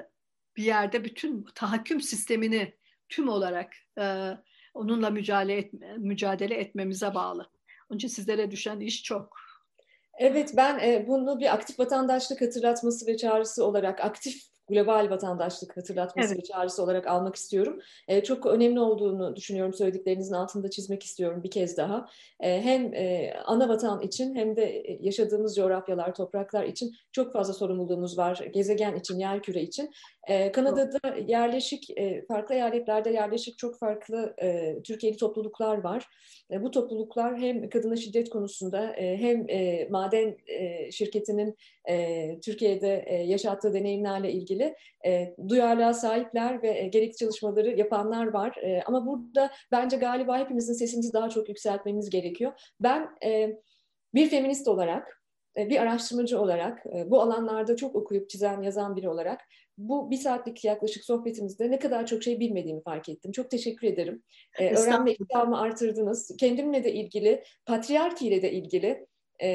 bir yerde bütün tahakküm sistemini tüm olarak e, onunla mücadele, etme, mücadele etmemize bağlı. Onun için sizlere düşen iş çok. Evet, ben e, bunu bir aktif vatandaşlık hatırlatması ve çağrısı olarak, aktif global vatandaşlık hatırlatması Evet. ve çağrısı olarak almak istiyorum. E, çok önemli olduğunu düşünüyorum, söylediklerinizin altında çizmek istiyorum bir kez daha. E, hem e, ana vatan için hem de yaşadığımız coğrafyalar, topraklar için çok fazla sorumluluğumuz var. Gezegen için, yerküre için. E, Kanada'da yerleşik, e, farklı eyaletlerde yerleşik çok farklı e, Türkiye'li topluluklar var. E, bu topluluklar hem kadına şiddet konusunda e, hem e, maden e, şirketinin e, Türkiye'de e, yaşattığı deneyimlerle ilgili e, duyarlılığa sahipler ve e, gerekli çalışmaları yapanlar var. E, ama burada bence galiba hepimizin sesimizi daha çok yükseltmemiz gerekiyor. Ben e, bir feminist olarak, e, bir araştırmacı olarak, e, bu alanlarda çok okuyup çizen, yazan biri olarak bu bir saatlik yaklaşık sohbetimizde ne kadar çok şey bilmediğimi fark ettim. Çok teşekkür ederim. Ee, öğrenme iştahımı artırdınız. Kendimle de ilgili, patriarkiyle de ilgili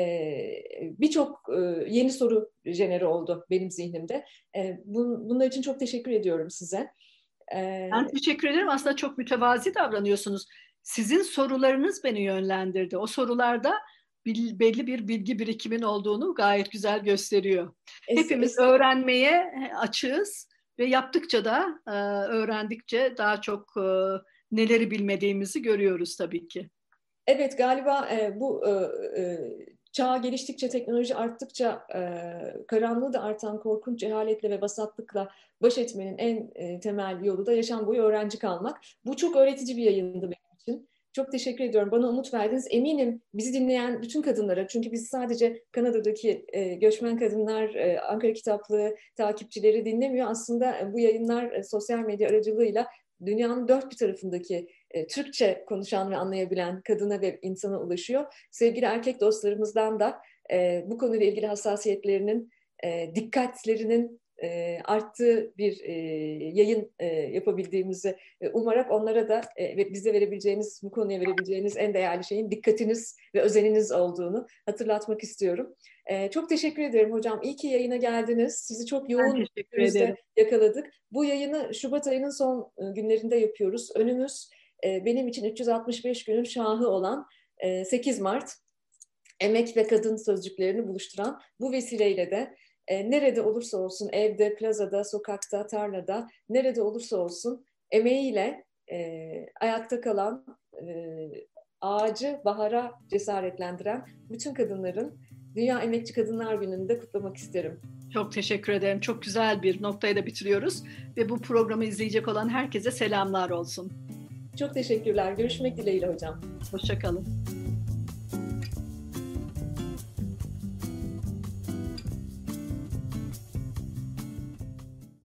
e, birçok e, yeni soru jenere oldu benim zihnimde. E, bun, bunlar için çok teşekkür ediyorum size. E, ben teşekkür ederim. Aslında çok mütevazi davranıyorsunuz. Sizin sorularınız beni yönlendirdi. O sorularda belli bir bilgi birikimin olduğunu gayet güzel gösteriyor. Es, Hepimiz es, öğrenmeye açığız ve yaptıkça da öğrendikçe daha çok neleri bilmediğimizi görüyoruz tabii ki. Evet, galiba e, bu e, e, çağ geliştikçe, teknoloji arttıkça e, karanlığı da artan korkunç cehaletle ve vasatlıkla baş etmenin en e, temel yolu da yaşam boyu öğrenci kalmak. Bu çok öğretici bir yayındı benim için. Çok teşekkür ediyorum. Bana umut verdiniz. Eminim bizi dinleyen bütün kadınlara, çünkü biz sadece Kanada'daki e, göçmen kadınlar, e, Ankara Kitaplığı takipçileri dinlemiyor. Aslında bu yayınlar e, sosyal medya aracılığıyla dünyanın dört bir tarafındaki e, Türkçe konuşan ve anlayabilen kadına ve insana ulaşıyor. Sevgili erkek dostlarımızdan da e, bu konuyla ilgili hassasiyetlerinin, e, dikkatlerinin e, arttığı bir e, yayın e, yapabildiğimizi e, umarak onlara da e, ve bize verebileceğiniz, bu konuya verebileceğiniz en değerli şeyin dikkatiniz ve özeniniz olduğunu hatırlatmak istiyorum. E, çok teşekkür ederim hocam. İyi ki yayına geldiniz. Sizi çok yoğun gününüzde yakaladık. Bu yayını Şubat ayının son günlerinde yapıyoruz. Önümüz e, benim için üç yüz altmış beş günün şahı olan e, sekiz Mart. Emek ve kadın sözcüklerini buluşturan bu vesileyle de E, nerede olursa olsun, evde, plazada, sokakta, tarlada, nerede olursa olsun emeğiyle e, ayakta kalan, e, ağacı bahara cesaretlendiren bütün kadınların Dünya Emekçi Kadınlar Günü'nde kutlamak isterim. Çok teşekkür ederim. Çok güzel bir noktaya da bitiriyoruz ve bu programı izleyecek olan herkese selamlar olsun. Çok teşekkürler. Görüşmek dileğiyle hocam. Hoşça kalın.